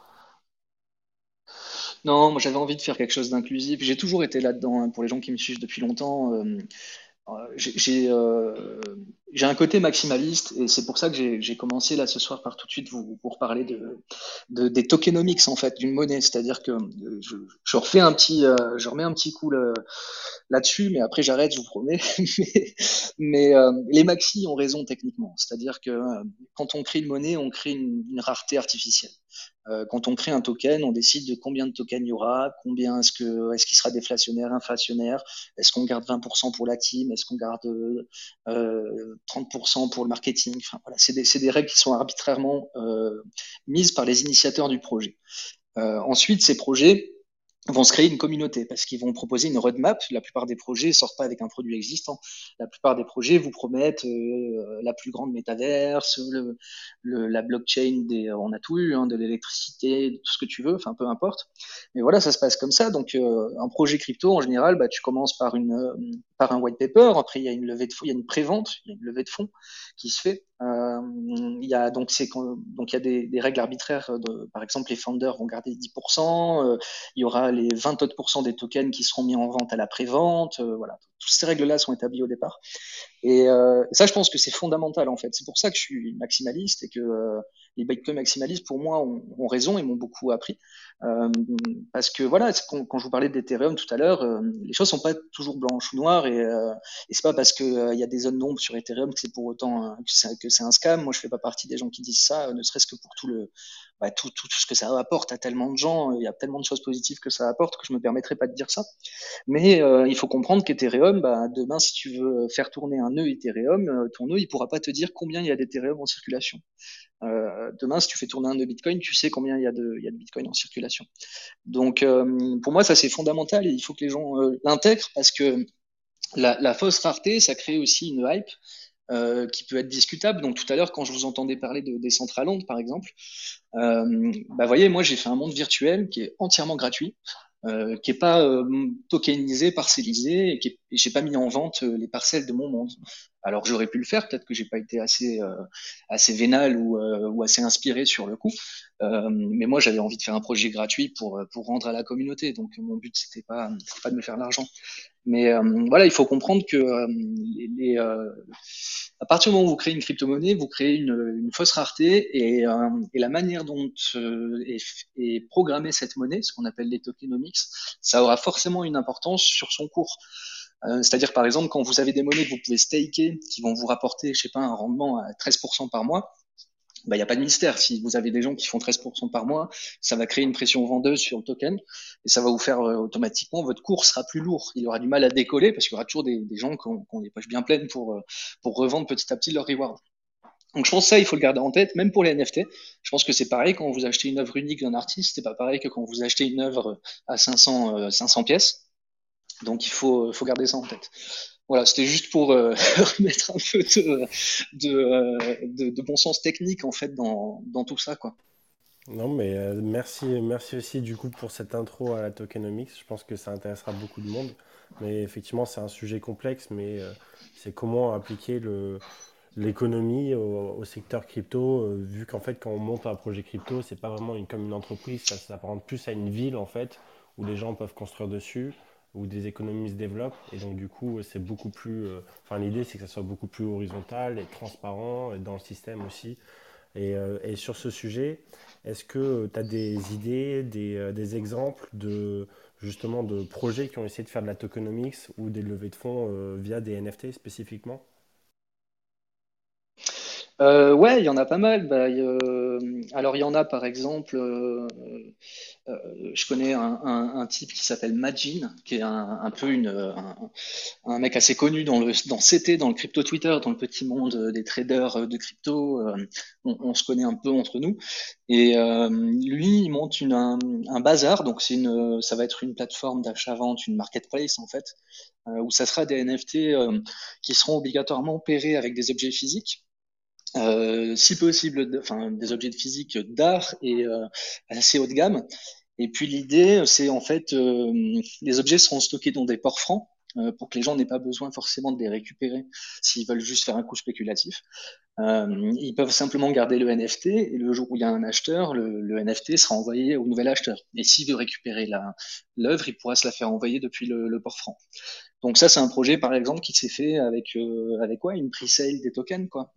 Non, moi j'avais envie de faire quelque chose d'inclusif. J'ai toujours été là-dedans, hein, pour les gens qui me suivent depuis longtemps. euh, Euh, J'ai j'ai, euh, j'ai un côté maximaliste et c'est pour ça que j'ai j'ai commencé là ce soir par tout de suite vous, vous reparler de, de- des tokenomics en fait d'une monnaie, c'est-à-dire que euh, je, je refais un petit, euh, je remets un petit coup le- là-dessus, mais après j'arrête, je vous promets. mais mais, euh, les maxis ont raison techniquement, c'est-à-dire que euh, quand on crée une monnaie, on crée une, une rareté artificielle. Euh, quand on crée un token, on décide de combien de tokens il y aura, combien est-ce que est-ce qu'il sera déflationnaire, inflationnaire, est-ce qu'on garde vingt pour cent pour la team, est-ce qu'on garde euh, trente pour cent pour le marketing. Enfin voilà, c'est des, c'est des règles qui sont arbitrairement euh, mises par les initiateurs du projet. Euh, ensuite, ces projets vont se créer une communauté parce qu'ils vont proposer une roadmap. La plupart des projets sortent pas avec un produit existant. La plupart des projets vous promettent euh, la plus grande métaverse, le, le, la blockchain, des, on a tout eu, hein, de l'électricité, tout ce que tu veux, enfin peu importe. Mais voilà, ça se passe comme ça. Donc euh, un projet crypto en général, bah, tu commences par une euh, par un white paper. Après il y a une levée de fonds, il y a une prévente, il y a une levée de fonds qui se fait. Euh, il y a donc c'est donc il y a des, des règles arbitraires. De, par exemple, les founders vont garder dix pour cent. Euh, il y aura les vingt autres pourcents des tokens qui seront mis en vente à la prévente. Euh, voilà, toutes ces règles-là sont établies au départ. Et euh, ça, je pense que c'est fondamental en fait. C'est pour ça que je suis maximaliste et que euh, les Bitcoin maximalistes, pour moi, ont, ont raison et m'ont beaucoup appris. Euh, parce que voilà, quand, quand je vous parlais d'Ethereum tout à l'heure, euh, les choses sont pas toujours blanches ou noires et, euh, et c'est pas parce que euh, il y a des zones d'ombre sur Ethereum que c'est pour autant euh, que c'est que c'est un scam. Moi, je fais pas partie des gens qui disent ça, euh, ne serait-ce que pour tout le bah, tout, tout, tout ce que ça apporte à tellement de gens. Il y a tellement de choses positives que ça apporte que je me permettrai pas de dire ça. Mais euh, il faut comprendre qu'Ethereum, bah, demain, si tu veux faire tourner un nœud Ethereum, euh, ton nœud, il pourra pas te dire combien il y a d'Ethereum en circulation. Euh, demain, si tu fais tourner un nœud Bitcoin, tu sais combien il y a de, il y a de Bitcoin en circulation. Donc, euh, pour moi, ça c'est fondamental et il faut que les gens euh, l'intègrent parce que la, la fausse rareté, ça crée aussi une hype euh, qui peut être discutable. Donc, tout à l'heure, quand je vous entendais parler de Decentraland, par exemple, euh, bah, voyez, moi, j'ai fait un monde virtuel qui est entièrement gratuit, euh, qui est pas euh, tokenisé, parcellisé, et qui est, et j'ai pas mis en vente euh, les parcelles de mon monde. Alors j'aurais pu le faire, peut-être que j'ai pas été assez euh, assez vénal ou, euh, ou assez inspiré sur le coup. Euh, mais moi, j'avais envie de faire un projet gratuit pour pour rendre à la communauté. Donc mon but c'était pas c'était pas de me faire l'argent. Mais euh, voilà, il faut comprendre que euh, les, les, euh, à partir du moment où vous créez une crypto-monnaie, vous créez une, une fausse rareté et, euh, et la manière dont euh, est, est programmée cette monnaie, ce qu'on appelle les tokenomics, ça aura forcément une importance sur son cours. Euh, c'est-à-dire par exemple quand vous avez des monnaies que vous pouvez staker, qui vont vous rapporter, je sais pas, un rendement à treize pour cent par mois, bah, il n'y a pas de mystère. Si vous avez des gens qui font treize pour cent par mois, ça va créer une pression vendeuse sur le token et ça va vous faire euh, automatiquement, votre cours sera plus lourd. Il aura du mal à décoller parce qu'il y aura toujours des, des gens qui ont, qui ont les poches bien pleines pour, euh, pour revendre petit à petit leur reward. Donc je pense que ça, il faut le garder en tête, même pour les N F T. Je pense que c'est pareil quand vous achetez une œuvre unique d'un artiste, c'est pas pareil que quand vous achetez une œuvre à cinq cents, euh, cinq cents pièces. Donc il faut, faut garder ça en tête. Voilà, c'était juste pour euh, remettre un peu de, de, euh, de, de bon sens technique en fait dans, dans tout ça, quoi. Non, mais euh, merci, merci aussi du coup pour cette intro à la tokenomics. Je pense que ça intéressera beaucoup de monde. Mais effectivement, c'est un sujet complexe, mais euh, c'est comment appliquer le, l'économie au, au secteur crypto, euh, vu qu'en fait, quand on monte un projet crypto, c'est pas vraiment une, comme une entreprise, ça s'apparente plus à une ville en fait, où les gens peuvent construire dessus, où des économies se développent. Et donc, du coup, c'est beaucoup plus. euh, Enfin, l'idée, c'est que ça soit beaucoup plus horizontal et transparent et dans le système aussi. Et, euh, et sur ce sujet, est-ce que tu as des idées, des, euh, des exemples de justement de projets qui ont essayé de faire de la tokenomics ou des levées de fonds euh, via des N F T spécifiquement? Euh, ouais, il y en a pas mal. Bah, il y a- euh, alors il y en a par exemple, euh, euh, je connais un, un- un type qui s'appelle Majin, qui est un, un peu une, un, un mec assez connu dans le dans C T, dans le crypto Twitter, dans le petit monde des traders de crypto. Euh, on, on se connaît un peu entre nous. Et euh, lui, il monte une, un, un bazar, donc c'est une, ça va être une plateforme d'achat-vente, une marketplace en fait, euh, où ça sera des N F T euh, qui seront obligatoirement pairés avec des objets physiques. Euh, si possible, de- enfin des objets de physique d'art et euh, assez haut de gamme. Et puis l'idée, c'est en fait, euh, les objets seront stockés dans des ports francs euh, pour que les gens n'aient pas besoin forcément de les récupérer s'ils veulent juste faire un coup spéculatif. Euh, ils peuvent simplement garder le N F T et le jour où il y a un acheteur, le, le N F T sera envoyé au nouvel acheteur. Et s'il veut récupérer la, l'œuvre, il pourra se la faire envoyer depuis le, le port franc. Donc ça, c'est un projet par exemple qui s'est fait avec euh, avec quoi, une pre-sale des tokens quoi.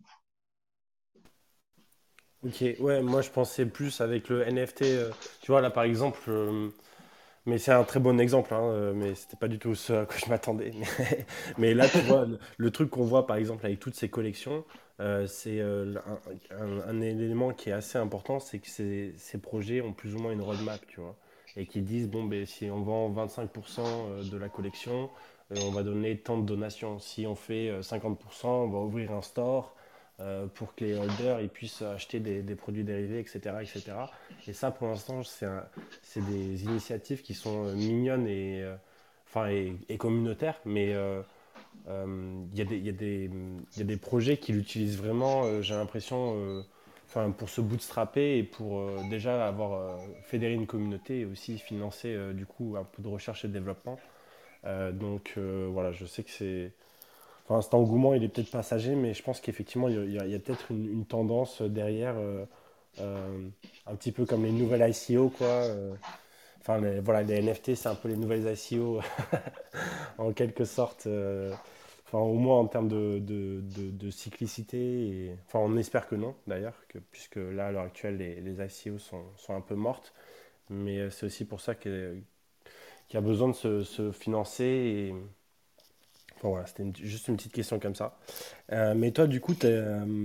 Ok, ouais, moi je pensais plus avec le N F T, euh, tu vois là par exemple, euh, mais c'est un très bon exemple, hein, euh, mais c'était pas du tout ce à quoi je m'attendais. Mais, mais là tu vois, le, le truc qu'on voit par exemple avec toutes ces collections, euh, c'est euh, un, un- un élément qui est assez important, c'est que ces, ces projets ont plus ou moins une roadmap, tu vois, et qui disent, bon, ben, si on vend vingt-cinq pour cent de la collection, euh, on va donner tant de donations. Si on fait euh, cinquante pour cent, on va ouvrir un store euh, pour que les holders ils puissent acheter des, des produits dérivés, et cetera, et cetera. Et cetera. Et ça, pour l'instant, c'est un- c'est des initiatives qui sont euh, mignonnes et, euh, enfin, et, et communautaires, mais euh, euh, il y, a des- il y a des- il y a des projets qui l'utilisent vraiment, euh, j'ai l'impression, euh, enfin, pour se bootstrapper et pour euh, déjà avoir euh, fédéré une communauté et aussi financer euh, du coup un peu de recherche et de développement. Euh, donc euh, voilà, je sais que c'est. Enfin, cet engouement, il est peut-être passager, mais je pense qu'effectivement, il y a, il y a peut-être une, une tendance derrière, euh, euh, un petit peu comme les nouvelles I C O, quoi. euh, Enfin, les- voilà, les N F T, c'est un peu les nouvelles I C O en quelque sorte. euh, Enfin, au moins en termes de, de, de- de cyclicité. Et... Enfin, on espère que non, d'ailleurs, que, puisque là, à l'heure actuelle, les, les I C O sont, sont un peu mortes. Mais euh, c'est aussi pour ça que- qu'il y a besoin de se, se financer. Et... Enfin, voilà, c'était une- juste une petite question comme ça. Euh, mais toi, du coup, tu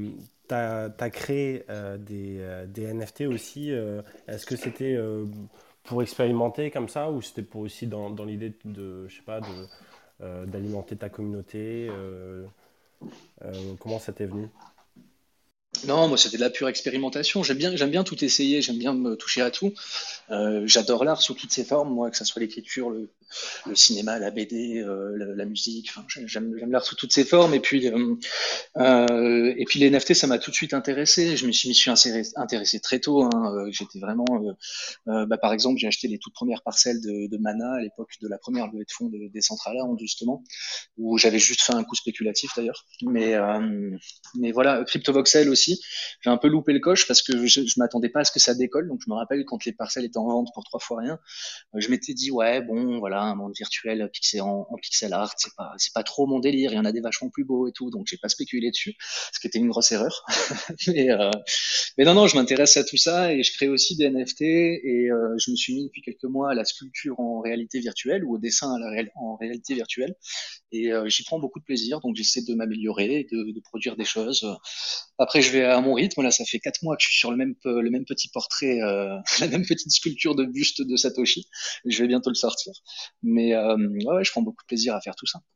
as, créé euh, des, euh, des N F T aussi. euh, Est-ce que c'était euh, pour expérimenter comme ça ou c'était pour aussi dans, dans l'idée de, je sais pas, de, euh, d'alimenter ta communauté euh, euh, comment ça t'est venu? Non, moi c'était de la pure expérimentation. J'aime bien, j'aime bien tout essayer, j'aime bien me toucher à tout. Euh, j'adore l'art sous toutes ses formes, moi, que ce soit l'écriture, le, le cinéma, la B D, euh, la, la musique. Enfin, j'aime, j'aime l'art sous toutes ses formes. Et puis, euh, euh, et puis les N F T, ça m'a tout de suite intéressé. Je me suis, m'y suis inséré- intéressé très tôt. Hein. Euh, J'étais vraiment, euh, euh, bah, par exemple, j'ai acheté les toutes premières parcelles de, de Mana à l'époque de la première levée de fonds de Decentraland, justement, où j'avais juste fait un coup spéculatif d'ailleurs. Mais, euh, mais voilà, CryptoVoxel aussi. J'ai un peu loupé le coche parce que je, je m'attendais pas à ce que ça décolle. Donc je me rappelle quand les parcelles étaient en vente pour trois fois rien, euh, je m'étais dit ouais bon voilà un monde virtuel pixel en, en pixel art, c'est pas c'est pas trop mon délire. Il y en a des vachement plus beaux et tout, donc j'ai pas spéculé dessus, ce qui était une grosse erreur. mais, euh, mais non non, je m'intéresse à tout ça et je crée aussi des N F T et euh, je me suis mis depuis quelques mois à la sculpture en réalité virtuelle ou au dessin à la réal- en réalité virtuelle et euh, j'y prends beaucoup de plaisir, donc j'essaie de m'améliorer, de, de produire des choses. Après, je vais à mon rythme. Là, ça fait quatre mois que je suis sur le même, le même petit portrait, euh, la même petite sculpture de buste de Satoshi. Je vais bientôt le sortir. Mais euh, ouais, ouais, je prends beaucoup de plaisir à faire tout ça.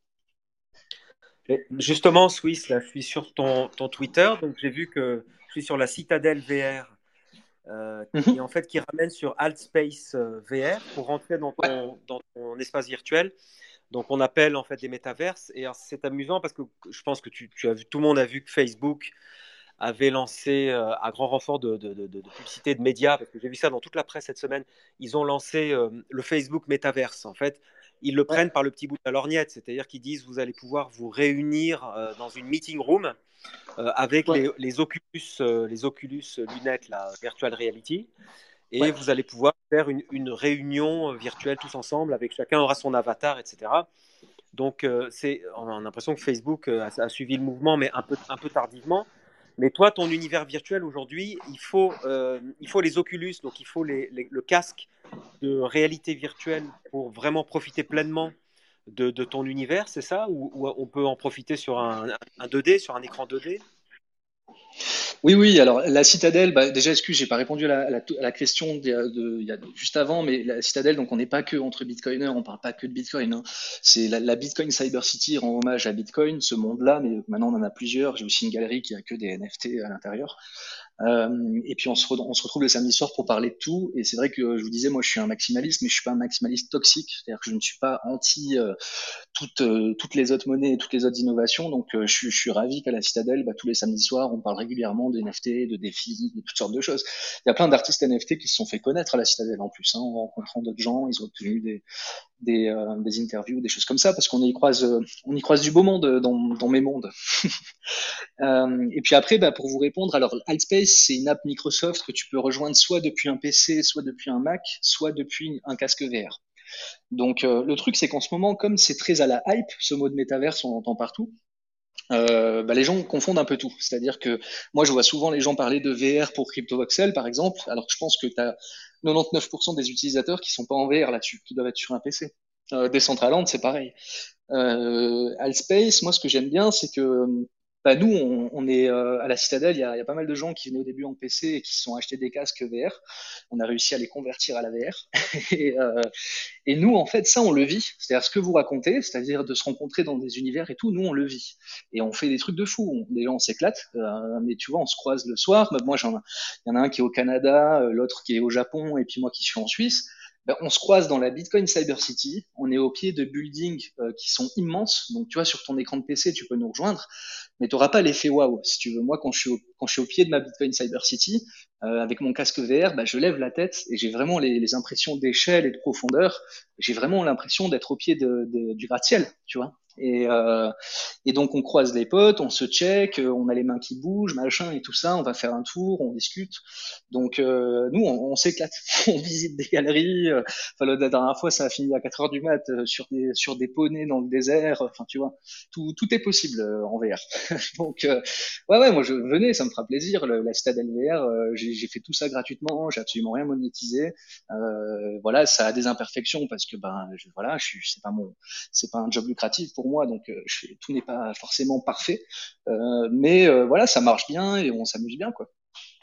Et justement, Swiss, là, je suis sur ton, ton Twitter, donc j'ai vu que je suis sur la Citadelle V R, euh, qui Mhm. en fait qui ramène sur Altspace euh, V R pour rentrer dans Ouais. ton, dans ton espace virtuel. Donc on appelle en fait des métaverses. Et alors, c'est amusant parce que je pense que tu, tu as vu, tout le monde a vu que Facebook avait lancé, euh, à grand renfort de, de, de, de publicité de médias, parce que j'ai vu ça dans toute la presse cette semaine, ils ont lancé euh, le Facebook Metaverse. En fait, ils le Ouais, prennent par le petit bout de la lorgnette, c'est-à-dire qu'ils disent vous allez pouvoir vous réunir euh, dans une meeting room euh, avec ouais, les, les Oculus, euh, les Oculus lunettes, la virtual reality, et ouais. vous allez pouvoir faire une, une réunion virtuelle tous ensemble, avec chacun aura son avatar, et cetera. Donc, euh, c'est, on a l'impression que Facebook euh, a, a suivi le mouvement, mais un peu, un peu tardivement. Mais toi, ton univers virtuel aujourd'hui, il faut, euh, il faut les Oculus, donc il faut les, les- le casque de réalité virtuelle pour vraiment profiter pleinement de, de ton univers, c'est ça? Ou, ou on peut en profiter sur un, un deux D, sur un écran deux D? Oui, oui. Alors la citadelle, bah, déjà, excuse, j'ai pas répondu à la, à la- à la question d'il y a- de- il y a- juste avant, mais la citadelle, donc on n'est pas que entre bitcoiners, on parle pas que de Bitcoin, hein. C'est la, la Bitcoin Cyber City rend hommage à Bitcoin, ce monde-là, mais maintenant on en a plusieurs. J'ai aussi une galerie qui a que des N F T à l'intérieur. Euh, et puis on se, re- on se retrouve le samedi soir pour parler de tout. Et c'est vrai que je vous disais, moi je suis un maximaliste, mais je suis pas un maximaliste toxique. C'est-à-dire que je ne suis pas anti euh, toutes, euh, toutes les autres monnaies et toutes les autres innovations. Donc euh, je, suis- je suis ravi qu'à la Citadelle, bah, tous les samedis soirs, on parle régulièrement de N F T, de défis, de toutes sortes de choses. Il y a plein d'artistes N F T qui se sont fait connaître à la Citadelle en plus, hein, en rencontrant d'autres gens. Ils ont obtenu des, des, euh, des interviews, des choses comme ça, parce qu'on y croise, euh, on y croise du beau monde euh, dans, dans mes mondes. Euh, et puis après, bah, pour vous répondre, alors Altspace, c'est une app Microsoft que tu peux rejoindre soit depuis un P C, soit depuis un Mac, soit depuis un casque V R. Donc euh, le truc, c'est qu'en ce moment, comme c'est très à la hype, ce mot de métaverse, on l'entend partout, euh, bah, les gens confondent un peu tout. C'est-à-dire que moi, je vois souvent les gens parler de V R pour CryptoVoxel, par exemple, alors que je pense que tu as quatre-vingt-dix-neuf pour cent des utilisateurs qui sont pas en V R là-dessus, qui doivent être sur un P C. Euh, Decentraland, c'est pareil. Euh, Altspace, moi, ce que j'aime bien, c'est que bah, nous, on, on est euh, à la Citadelle, il y a, il y a pas mal de gens qui venaient au début en P C et qui se sont achetés des casques V R. On a réussi à les convertir à la V R. et, euh, et nous, en fait, ça, on le vit. C'est-à-dire ce que vous racontez, c'est-à-dire de se rencontrer dans des univers et tout, nous, on le vit. Et on fait des trucs de fou. On, déjà, on s'éclate. Euh, mais tu vois, on se croise le soir. Bah, moi, j'en, il y en a un qui est au Canada, euh, l'autre qui est au Japon, et puis moi qui suis en Suisse. Ben, on se croise dans la Bitcoin Cyber City. On est au pied de buildings euh, qui sont immenses. Donc, tu vois, sur ton écran de P C, tu peux nous rejoindre. Mais tu n'auras pas l'effet waouh. Si tu veux, moi, quand je suis au, quand je suis au pied de ma Bitcoin Cyber City, euh, avec mon casque V R, ben, je lève la tête et j'ai vraiment les, les impressions d'échelle et de profondeur. J'ai vraiment l'impression d'être au pied de, de, du gratte-ciel, tu vois. Et, euh, et donc on croise les potes, on se check, on a les mains qui bougent, machin et tout ça, on va faire un tour, on discute. Donc euh, nous on, on s'éclate, on visite des galeries. Euh, enfin la dernière fois ça a fini à quatre heures du mat euh, sur des sur des poneys dans le désert. Enfin tu vois, tout tout est possible euh, en V R. Donc euh, ouais ouais moi je venais, ça me fera plaisir. Le, la Citadel V R, euh, j'ai j'ai fait tout ça gratuitement, j'ai absolument rien monétisé. Euh, voilà, ça a des imperfections parce que ben je, voilà, je suis c'est pas mon c'est pas un job lucratif pour moi, donc euh, je, tout n'est pas forcément parfait. Euh, mais euh, voilà, ça marche bien et on s'amuse bien, quoi.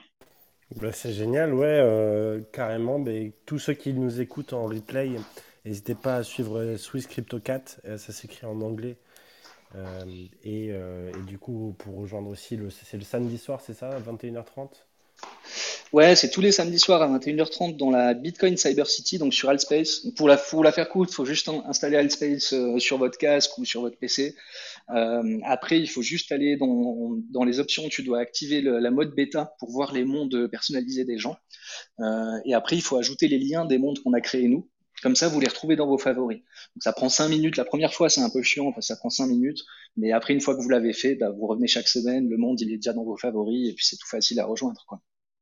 Bah, c'est génial, ouais, euh, carrément. Mais tous ceux qui nous écoutent en replay, n'hésitez pas à suivre euh, Swiss CryptoCat, euh, ça s'écrit en anglais. Euh, et, euh, et du coup, pour rejoindre aussi, le, c'est le samedi soir, c'est ça, vingt et une heures trente? Ouais, c'est tous les samedis soirs à vingt et une heures trente dans la Bitcoin Cyber City, donc sur Altspace. Pour la, pour la faire courte, il faut juste in- installer Altspace euh, sur votre casque ou sur votre P C. Euh, après, il faut juste aller dans, dans les options, tu dois activer le- la mode bêta pour voir les mondes personnalisés des gens. Euh, et après, il faut ajouter les liens des mondes qu'on a créés nous. Comme ça, vous les retrouvez dans vos favoris. Donc ça prend cinq minutes. La première fois, c'est un peu chiant parce que ça prend cinq minutes. Mais après, une fois que vous l'avez fait, bah, vous revenez chaque semaine. Le monde, il est déjà dans vos favoris et puis c'est tout facile à rejoindre, quoi.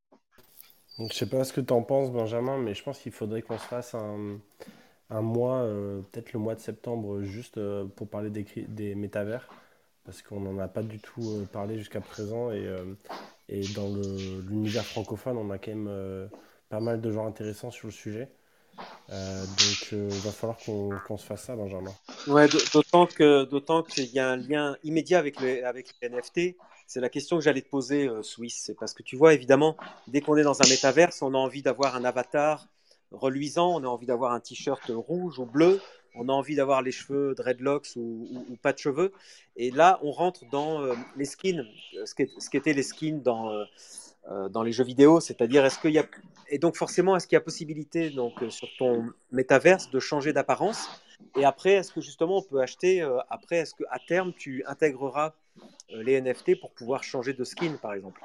Donc, je sais pas ce que tu en penses, Benjamin, mais je pense qu'il faudrait qu'on se fasse un, un mois, euh, peut-être le mois de septembre, juste euh, pour parler des, cri- des métavers, parce qu'on n'en a pas du tout euh, parlé jusqu'à présent. Et, euh, et dans le- l'univers francophone, on a quand même euh, pas mal de gens intéressants sur le sujet. Euh, donc, il va falloir qu'on qu'on se fasse ça, Benjamin. Ouais, d'au- d'autant que d'autant qu'il y a un lien immédiat avec les, avec les N F T. C'est la question que j'allais te poser, euh, Swiss. C'est parce que tu vois, évidemment, dès qu'on est dans un métaverse, on a envie d'avoir un avatar reluisant, on a envie d'avoir un t-shirt rouge ou bleu, on a envie d'avoir les cheveux dreadlocks ou, ou- ou pas de cheveux. Et là, on rentre dans euh, les skins, euh, ce qu'est- ce qu'étaient les skins dans, euh, euh, dans les jeux vidéo, c'est-à-dire est-ce qu'il y a et donc forcément est-ce qu'il y a possibilité donc euh, sur ton métaverse de changer d'apparence et après est-ce que justement on peut acheter euh, après est-ce que à terme tu intégreras euh, les N F T pour pouvoir changer de skin, par exemple?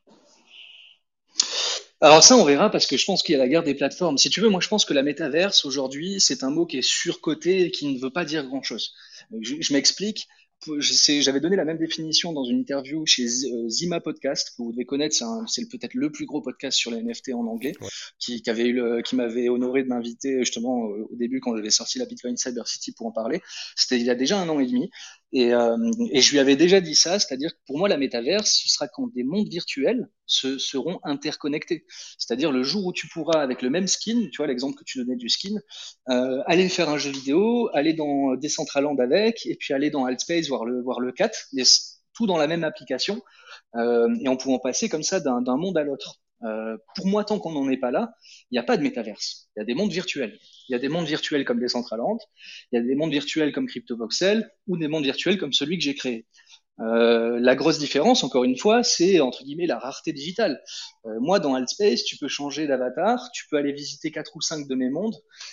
Alors ça, on verra parce que je pense qu'il y a la guerre des plateformes. Si tu veux, moi je pense que la métaverse aujourd'hui, c'est un mot qui est surcoté et qui ne veut pas dire grand-chose. Je, je m'explique. Je sais- J'avais donné la même définition dans une interview chez Z- euh, Zima Podcast, que vous devez connaître. C'est un- c'est peut-être le plus gros podcast sur les N F T en anglais, Ouais. qui, qui avait eu le- qui m'avait honoré de m'inviter justement euh, au début quand j'avais sorti la Bitcoin Cyber City pour en parler. C'était il y a déjà un an et demi. Et, euh, et je lui avais déjà dit ça, c'est-à-dire que pour moi, la métaverse, ce sera quand des mondes virtuels se, seront interconnectés. C'est-à-dire le jour où tu pourras, avec le même skin, tu vois l'exemple que tu donnais du skin, euh, aller faire un jeu vidéo, aller dans Decentraland avec, et puis aller dans Altspace voir le, voir le cat, et tout dans la même application, euh, et en pouvant passer comme ça d'un d'un monde à l'autre. Euh, pour moi, tant qu'on n'en est pas là, il n'y a pas de métaverse. Il y a des mondes virtuels. Il y a des mondes virtuels comme Decentraland, il y a des mondes virtuels comme CryptoVoxel, ou des mondes virtuels comme celui que j'ai créé. Euh, la grosse différence, encore une fois, c'est entre guillemets la rareté digitale. Euh, moi, dans Altspace, tu peux changer d'avatar, tu peux aller visiter quatre ou cinq de mes mondes.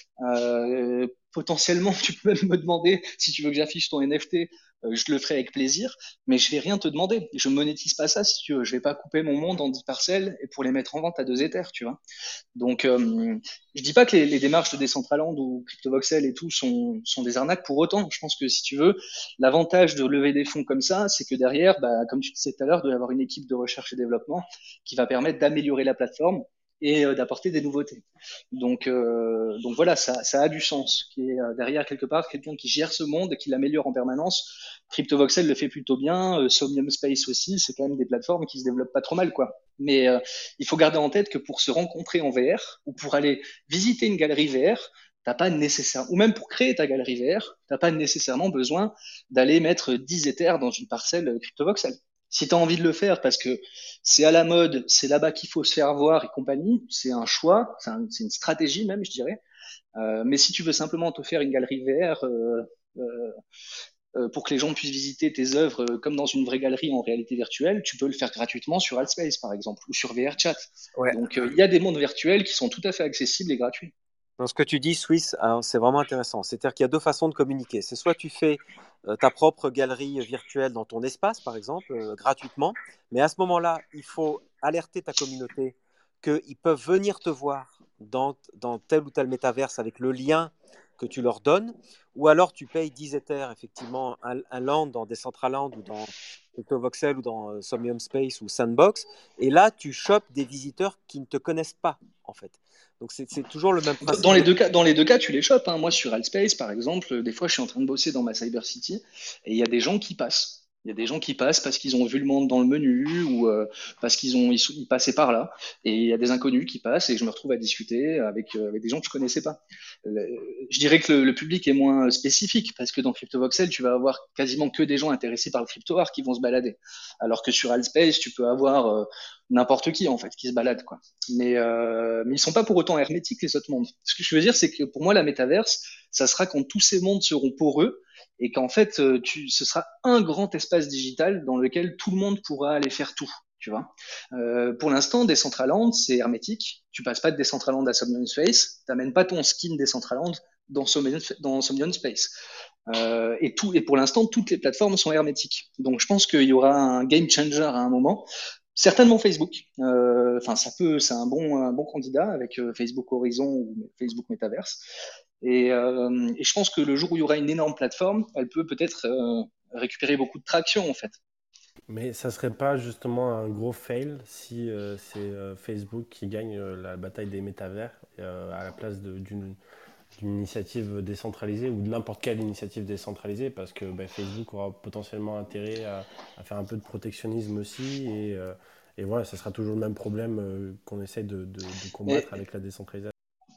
Euh, potentiellement, tu peux même me demander si tu veux que j'affiche ton N F T, euh, je le ferai avec plaisir, mais je vais rien te demander. Je monétise pas ça si tu veux. Je vais pas couper mon monde en dix parcelles et pour les mettre en vente à deux éthers, tu vois. Donc, euh, je dis pas que les, les démarches de Decentraland ou CryptoVoxel et tout sont, sont des arnaques pour autant. Je pense que si tu veux, l'avantage de lever des fonds comme ça, c'est que derrière, bah, comme tu disais tout à l'heure, il doit y avoir une équipe de recherche et développement qui va permettre d'améliorer la plateforme et euh, d'apporter des nouveautés. Donc, euh, donc voilà, ça, ça a du sens. Qui est euh, derrière quelque part quelqu'un qui gère ce monde et qui l'améliore en permanence. CryptoVoxel le fait plutôt bien, euh, Somnium Space aussi. C'est quand même des plateformes qui se développent pas trop mal, quoi. Mais euh, il faut garder en tête que pour se rencontrer en V R ou pour aller visiter une galerie V R, t'as pas nécessaire, ou même pour créer ta galerie V R, t'as pas nécessairement besoin d'aller mettre dix éthers dans une parcelle CryptoVoxel. Si tu as envie de le faire parce que c'est à la mode, c'est là-bas qu'il faut se faire voir et compagnie, c'est un choix, c'est un, une stratégie même, je dirais. Euh, mais si tu veux simplement te faire une galerie V R euh, euh, euh, pour que les gens puissent visiter tes œuvres euh, comme dans une vraie galerie en réalité virtuelle, tu peux le faire gratuitement sur Altspace par exemple ou sur V R Chat. Ouais. Donc euh, il y a des mondes virtuels qui sont tout à fait accessibles et gratuits. Dans ce que tu dis, Swiss, hein, c'est vraiment intéressant. C'est-à-dire qu'il y a deux façons de communiquer. C'est soit tu fais euh, ta propre galerie virtuelle dans ton espace, par exemple, euh, gratuitement, mais à ce moment-là, il faut alerter ta communauté qu'ils peuvent venir te voir dans, dans tel ou tel métaverse avec le lien que tu leur donnes, ou alors tu payes dix éthers, effectivement, un, un land dans Decentraland ou dans CryptoVoxel ou dans euh, Somnium Space ou Sandbox, et là, tu chopes des visiteurs qui ne te connaissent pas, en fait. Donc c'est c'est toujours le même Dans principe. les deux cas, dans les deux cas, tu les chopes. Hein. Moi, sur Altspace, par exemple, des fois, je suis en train de bosser dans ma Cyber City et il y a des gens qui passent. Il y a des gens qui passent parce qu'ils ont vu le monde dans le menu ou euh, parce qu'ils ont ils, sont- ils passaient par là. Et il y a des inconnus qui passent et je me retrouve à discuter avec, euh, avec des gens que je connaissais pas. Le- je dirais que le, le public est moins spécifique parce que dans CryptoVoxel, tu vas avoir quasiment que des gens intéressés par le crypto art qui vont se balader. Alors que sur Altspace, tu peux avoir euh, n'importe qui en fait qui se balade quoi. Mais, euh, mais ils sont pas pour autant hermétiques les autres mondes. Ce que je veux dire, c'est que pour moi, la métaverse, ça sera quand tous ces mondes seront poreux et qu'en fait, euh, tu, ce sera un grand espace digital dans lequel tout le monde pourra aller faire tout. Tu vois. Euh, pour l'instant, Decentraland, c'est hermétique. Tu passes pas de Decentraland à Somnium Space. T'amènes pas ton skin Decentraland dans Somnium, dans Somnium Space. Euh, et tout, et pour l'instant, toutes les plateformes sont hermétiques. Donc, je pense qu'il y aura un game changer à un moment. Certainement Facebook. Euh, Enfin, ça peut, c'est un bon, un bon candidat avec euh, Facebook Horizon ou Facebook Metaverse. Et, euh, et je pense que le jour où il y aura une énorme plateforme, elle peut peut-être euh, récupérer beaucoup de traction en fait. Mais ça serait pas justement un gros fail si euh, c'est euh, Facebook qui gagne euh, la bataille des métavers euh, à la place de- d'une d'une initiative décentralisée ou de n'importe quelle initiative décentralisée parce que ben, Facebook aura potentiellement intérêt à, à faire un peu de protectionnisme aussi et, euh, et voilà, ça sera toujours le même problème euh, qu'on essaie de, de- de combattre Mais avec la décentralisation.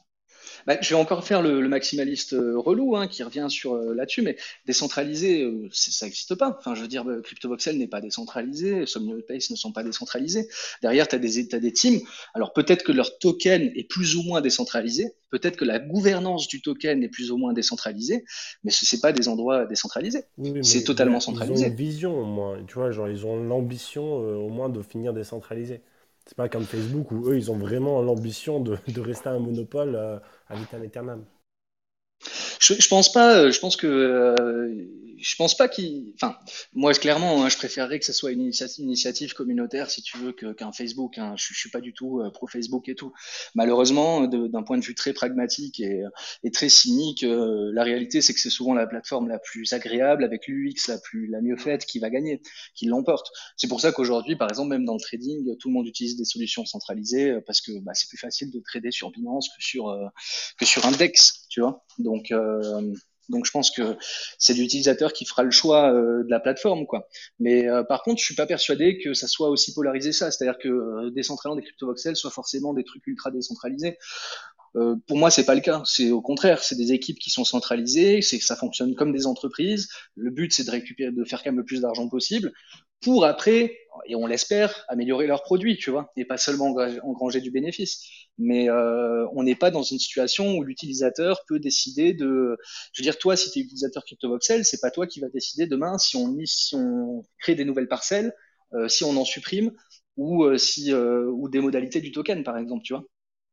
bah, je vais encore faire le, le maximaliste euh, relou hein, qui revient sur euh, là-dessus, mais décentralisé, euh, c'est- ça n'existe pas. Enfin, je veux dire, euh, CryptoVoxel n'est pas décentralisé, Somnium Space ne sont pas décentralisés. Derrière, tu as des, t'as des teams. Alors peut-être que leur token est plus ou moins décentralisé, peut-être que la gouvernance du token est plus ou moins décentralisée, mais ce n'est pas des endroits décentralisés. Oui, oui, C'est mais il y totalement a- ils ont une centralisé. vision au moins, tu vois, genre ils ont l'ambition euh, au moins de finir décentralisé. C'est pas comme Facebook où eux ils ont vraiment l'ambition de, de rester un monopole euh, à vitam aeternam. Je Je, je pense pas. euh, Je pense que euh, je pense pas qu'il. Enfin, moi clairement, hein, je préférerais que ce soit une initia- initiative communautaire, si tu veux, que- qu'un Facebook. Hein. Je, je suis pas du tout euh, pro Facebook et tout. Malheureusement, de- d'un point de vue très pragmatique et, et très cynique, euh, la réalité c'est que c'est souvent la plateforme la plus agréable, avec l'U X la plus la mieux faite, qui va gagner, qui l'emporte. C'est pour ça qu'aujourd'hui, par exemple, même dans le trading, tout le monde utilise des solutions centralisées euh, parce que bah, c'est plus facile de trader sur Binance que sur euh, que sur Index, tu vois. Donc, euh, donc je pense que c'est l'utilisateur qui fera le choix euh, de la plateforme, quoi. Mais euh, par contre, je suis pas persuadé que ça soit aussi polarisé ça, c'est-à-dire que euh, décentralement des crypto-voxels soit forcément des trucs ultra décentralisés. Euh, pour moi, c'est pas le cas. C'est au contraire, c'est des équipes qui sont centralisées, c'est que ça fonctionne comme des entreprises. Le but, c'est de récupérer, de faire quand même le plus d'argent possible pour après, et on l'espère, améliorer leurs produits, tu vois, et pas seulement engra- engranger du bénéfice. Mais euh, on n'est pas dans une situation où l'utilisateur peut décider de. Je veux dire, toi, si tu es utilisateur CryptoVoxel, c'est pas toi qui va décider demain si on, si on crée des nouvelles parcelles, euh, si on en supprime, ou euh, si euh, ou des modalités du token, par exemple, tu vois.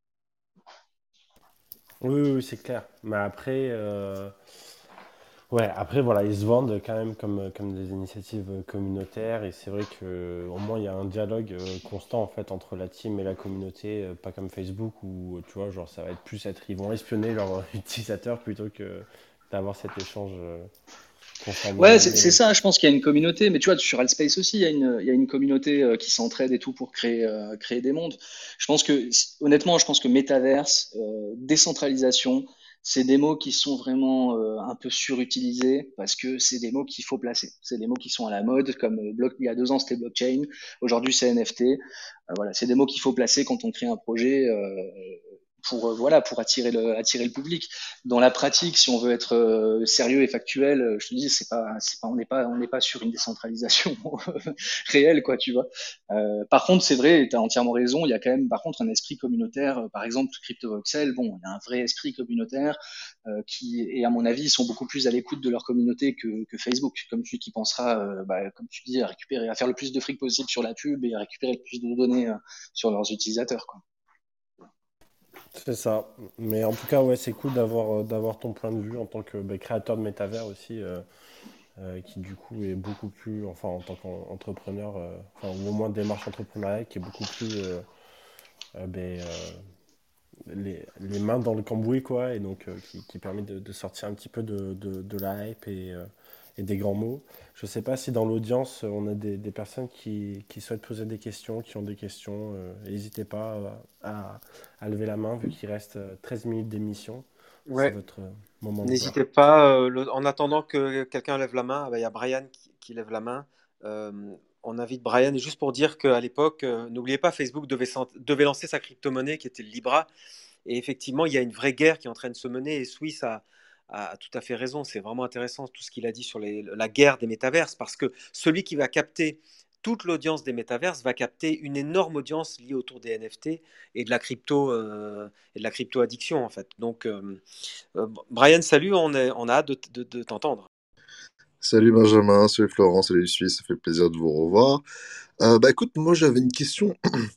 Oui, oui, oui, c'est clair. Mais après, euh, ouais, après, voilà, ils se vendent quand même comme, comme des initiatives euh, communautaires. Et c'est vrai que au moins, il y a un dialogue euh, constant en fait entre la team et la communauté, euh, pas comme Facebook où, tu vois, genre, ça va être plus être, ils vont espionner leurs utilisateurs plutôt que d'avoir cet échange euh, constant dans Ouais, la c'est c'est durée, ça. quoi. Je pense qu'il y a une communauté, mais tu vois, sur Altspace aussi, il y a une, il y a une communauté euh, qui s'entraide et tout pour créer, euh, créer des mondes. Je pense que, honnêtement, je pense que métaverse, euh, décentralisation, c'est des mots qui sont vraiment euh, un peu surutilisés parce que c'est des mots qu'il faut placer. C'est des mots qui sont à la mode, comme euh, bloc, il y a deux ans c'était blockchain, aujourd'hui c'est N F T. Euh, voilà, c'est des mots qu'il faut placer quand on crée un projet. Euh, pour euh, voilà pour attirer le attirer le public. Dans la pratique, si on veut être euh, sérieux et factuel, euh, je te dis, c'est pas c'est pas on n'est pas on n'est pas sur une décentralisation réelle, quoi, tu vois. Euh, par contre, c'est vrai, tu as entièrement raison, il y a quand même par contre un esprit communautaire. Euh, par exemple, CryptoVoxel, bon, il y a un vrai esprit communautaire euh, qui, et à mon avis, ils sont beaucoup plus à l'écoute de leur communauté que, que Facebook, comme tu qui pensera, euh, bah, comme tu dis, à récupérer, à faire le plus de fric possible sur la pub et à récupérer le plus de données euh, sur leurs utilisateurs, quoi. C'est ça. Mais en tout cas, ouais, c'est cool d'avoir euh, d'avoir ton point de vue en tant que bah, créateur de métavers aussi, euh, euh, qui du coup est beaucoup plus, enfin en tant qu'entrepreneur, euh, enfin ou au moins démarche entrepreneuriale, qui est beaucoup plus euh, euh, ben, euh, les, les mains dans le cambouis, quoi, et donc euh, qui, qui permet de, de sortir un petit peu de, de, de la hype et, euh, et des grands mots. Je ne sais pas si dans l'audience, on a des, des personnes qui, qui souhaitent poser des questions, qui ont des questions. Euh, n'hésitez pas euh, à, à lever la main, vu qu'il reste euh, treize minutes d'émission. C'est Ouais, votre euh, moment de gloire. n'hésitez pas, euh, le- en attendant que quelqu'un lève la main, ah bah, il y a Brian qui, qui lève la main. Euh, on invite Brian, et juste pour dire qu'à l'époque, euh, n'oubliez pas, Facebook devait, s'en- devait lancer sa crypto-monnaie qui était le Libra. Et effectivement, il y a une vraie guerre qui est en train de se mener. Et Suisse a, a- a tout à fait raison. C'est vraiment intéressant tout ce qu'il a dit sur les- la guerre des métaverses. Parce que celui qui va capter toute l'audience des métaverses va capter une énorme audience liée autour des N F T et de la crypto euh, et de la crypto addiction en fait. Donc, euh, euh, Brian, salut, on, est, on a hâte de, de- de t'entendre. Salut Benjamin, salut Florent, salut Suisse, ça fait plaisir de vous revoir. Euh, bah écoute, moi j'avais une question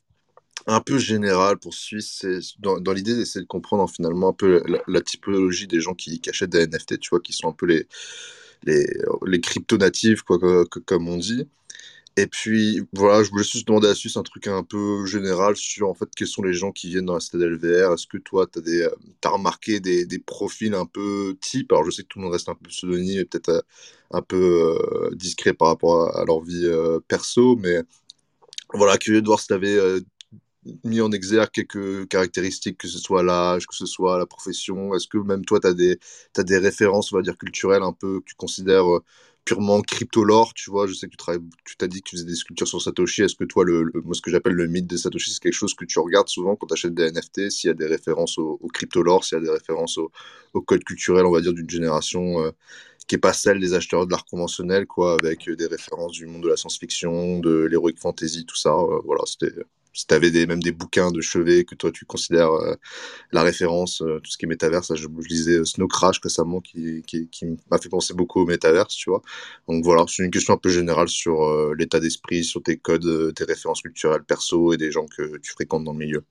un peu générale pour Suisse, c'est dans, dans l'idée d'essayer de comprendre finalement un peu la, la typologie des gens qui, qui achètent des N F T, tu vois, qui sont un peu les, les, les crypto-natifs, quoi, que- que- comme on dit. Et puis, voilà, je voulais juste demander à Suisse un truc un peu général sur, en fait, quels sont les gens qui viennent dans la citadelle V R. Est-ce que toi, tu as des, euh, t'as remarqué des, des profils un peu types? Alors, je sais que tout le monde reste un peu pseudonyme et peut-être euh, un peu euh, discret par rapport à, à leur vie euh, perso, mais voilà, curieux de voir si tu avais mis en exergue quelques caractéristiques, que ce soit l'âge, que ce soit la profession. Est-ce que même toi, tu as des, t'as des références, on va dire, culturelles un peu que tu considères euh, purement crypto-lore, tu vois? Je sais que tu travailles, tu t'as dit que tu faisais des sculptures sur Satoshi. Est-ce que toi, le, le- moi, ce que j'appelle le mythe de Satoshi, c'est quelque chose que tu regardes souvent quand tu achètes des N F T, s'il y a des références au, au crypto-lore, s'il y a des références au, au code culturel, on va dire, d'une génération euh, qui est pas celle des acheteurs de l'art conventionnel, quoi, avec euh, des références du monde de la science-fiction, de l'heroic fantasy, tout ça. Euh, voilà, c'était si tu avais des, même des bouquins de chevet que toi tu considères euh, la référence, euh, tout ce qui est métaverse, là, je, je lisais euh, Snow Crash récemment qui, qui, qui m'a fait penser beaucoup au métaverse, tu vois. Donc voilà, c'est une question un peu générale sur euh, l'état d'esprit, sur tes codes, euh, tes références culturelles perso et des gens que tu fréquentes dans le milieu.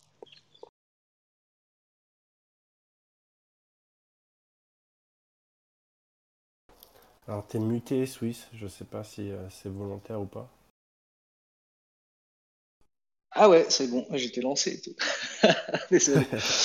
Alors, t'es muté Suisse, je sais pas si euh, c'est volontaire ou pas. Ah ouais, c'est bon, j'étais lancé et tout. Désolé.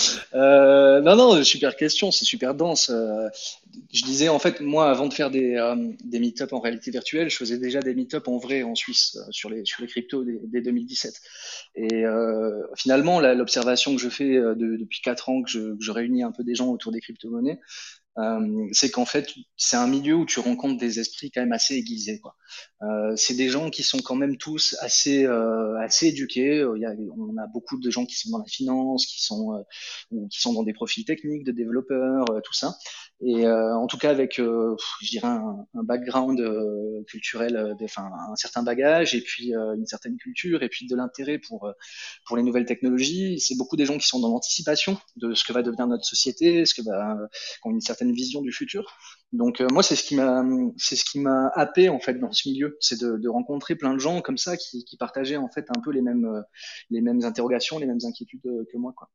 Euh, non, non, super question, c'est super dense. Euh, je disais, en fait, moi, avant de faire des, euh, des meet-up en réalité virtuelle, je faisais déjà des meet-up en vrai en Suisse euh, sur les, sur les cryptos dès, dès deux mille dix-sept. Et euh, finalement, là, l'observation que je fais euh, de- depuis quatre ans, que je, que je réunis un peu des gens autour des crypto-monnaies, euh, c'est qu'en fait, c'est un milieu où tu rencontres des esprits quand même assez aiguisés, quoi. Euh, c'est des gens qui sont quand même tous assez, euh, assez éduqués. Il y a, on a beaucoup de gens qui sont dans la finance, qui sont, euh, ou qui sont dans des profils techniques, de développeurs, euh, tout ça. Et euh, en tout cas, avec, euh, pff, je dirais, un, un background euh, culturel, euh, de- enfin, un certain bagage, et puis euh, une certaine culture, et puis de l'intérêt pour, euh, pour les nouvelles technologies. C'est beaucoup des gens qui sont dans l'anticipation de ce que va devenir notre société, ce que va qui ont une certaine vision du futur. Donc euh, moi c'est ce qui m'a c'est ce qui m'a happé en fait dans ce milieu, c'est de, de rencontrer plein de gens comme ça qui, qui partageaient en fait un peu les mêmes euh, les mêmes interrogations, les mêmes inquiétudes euh, que moi quoi.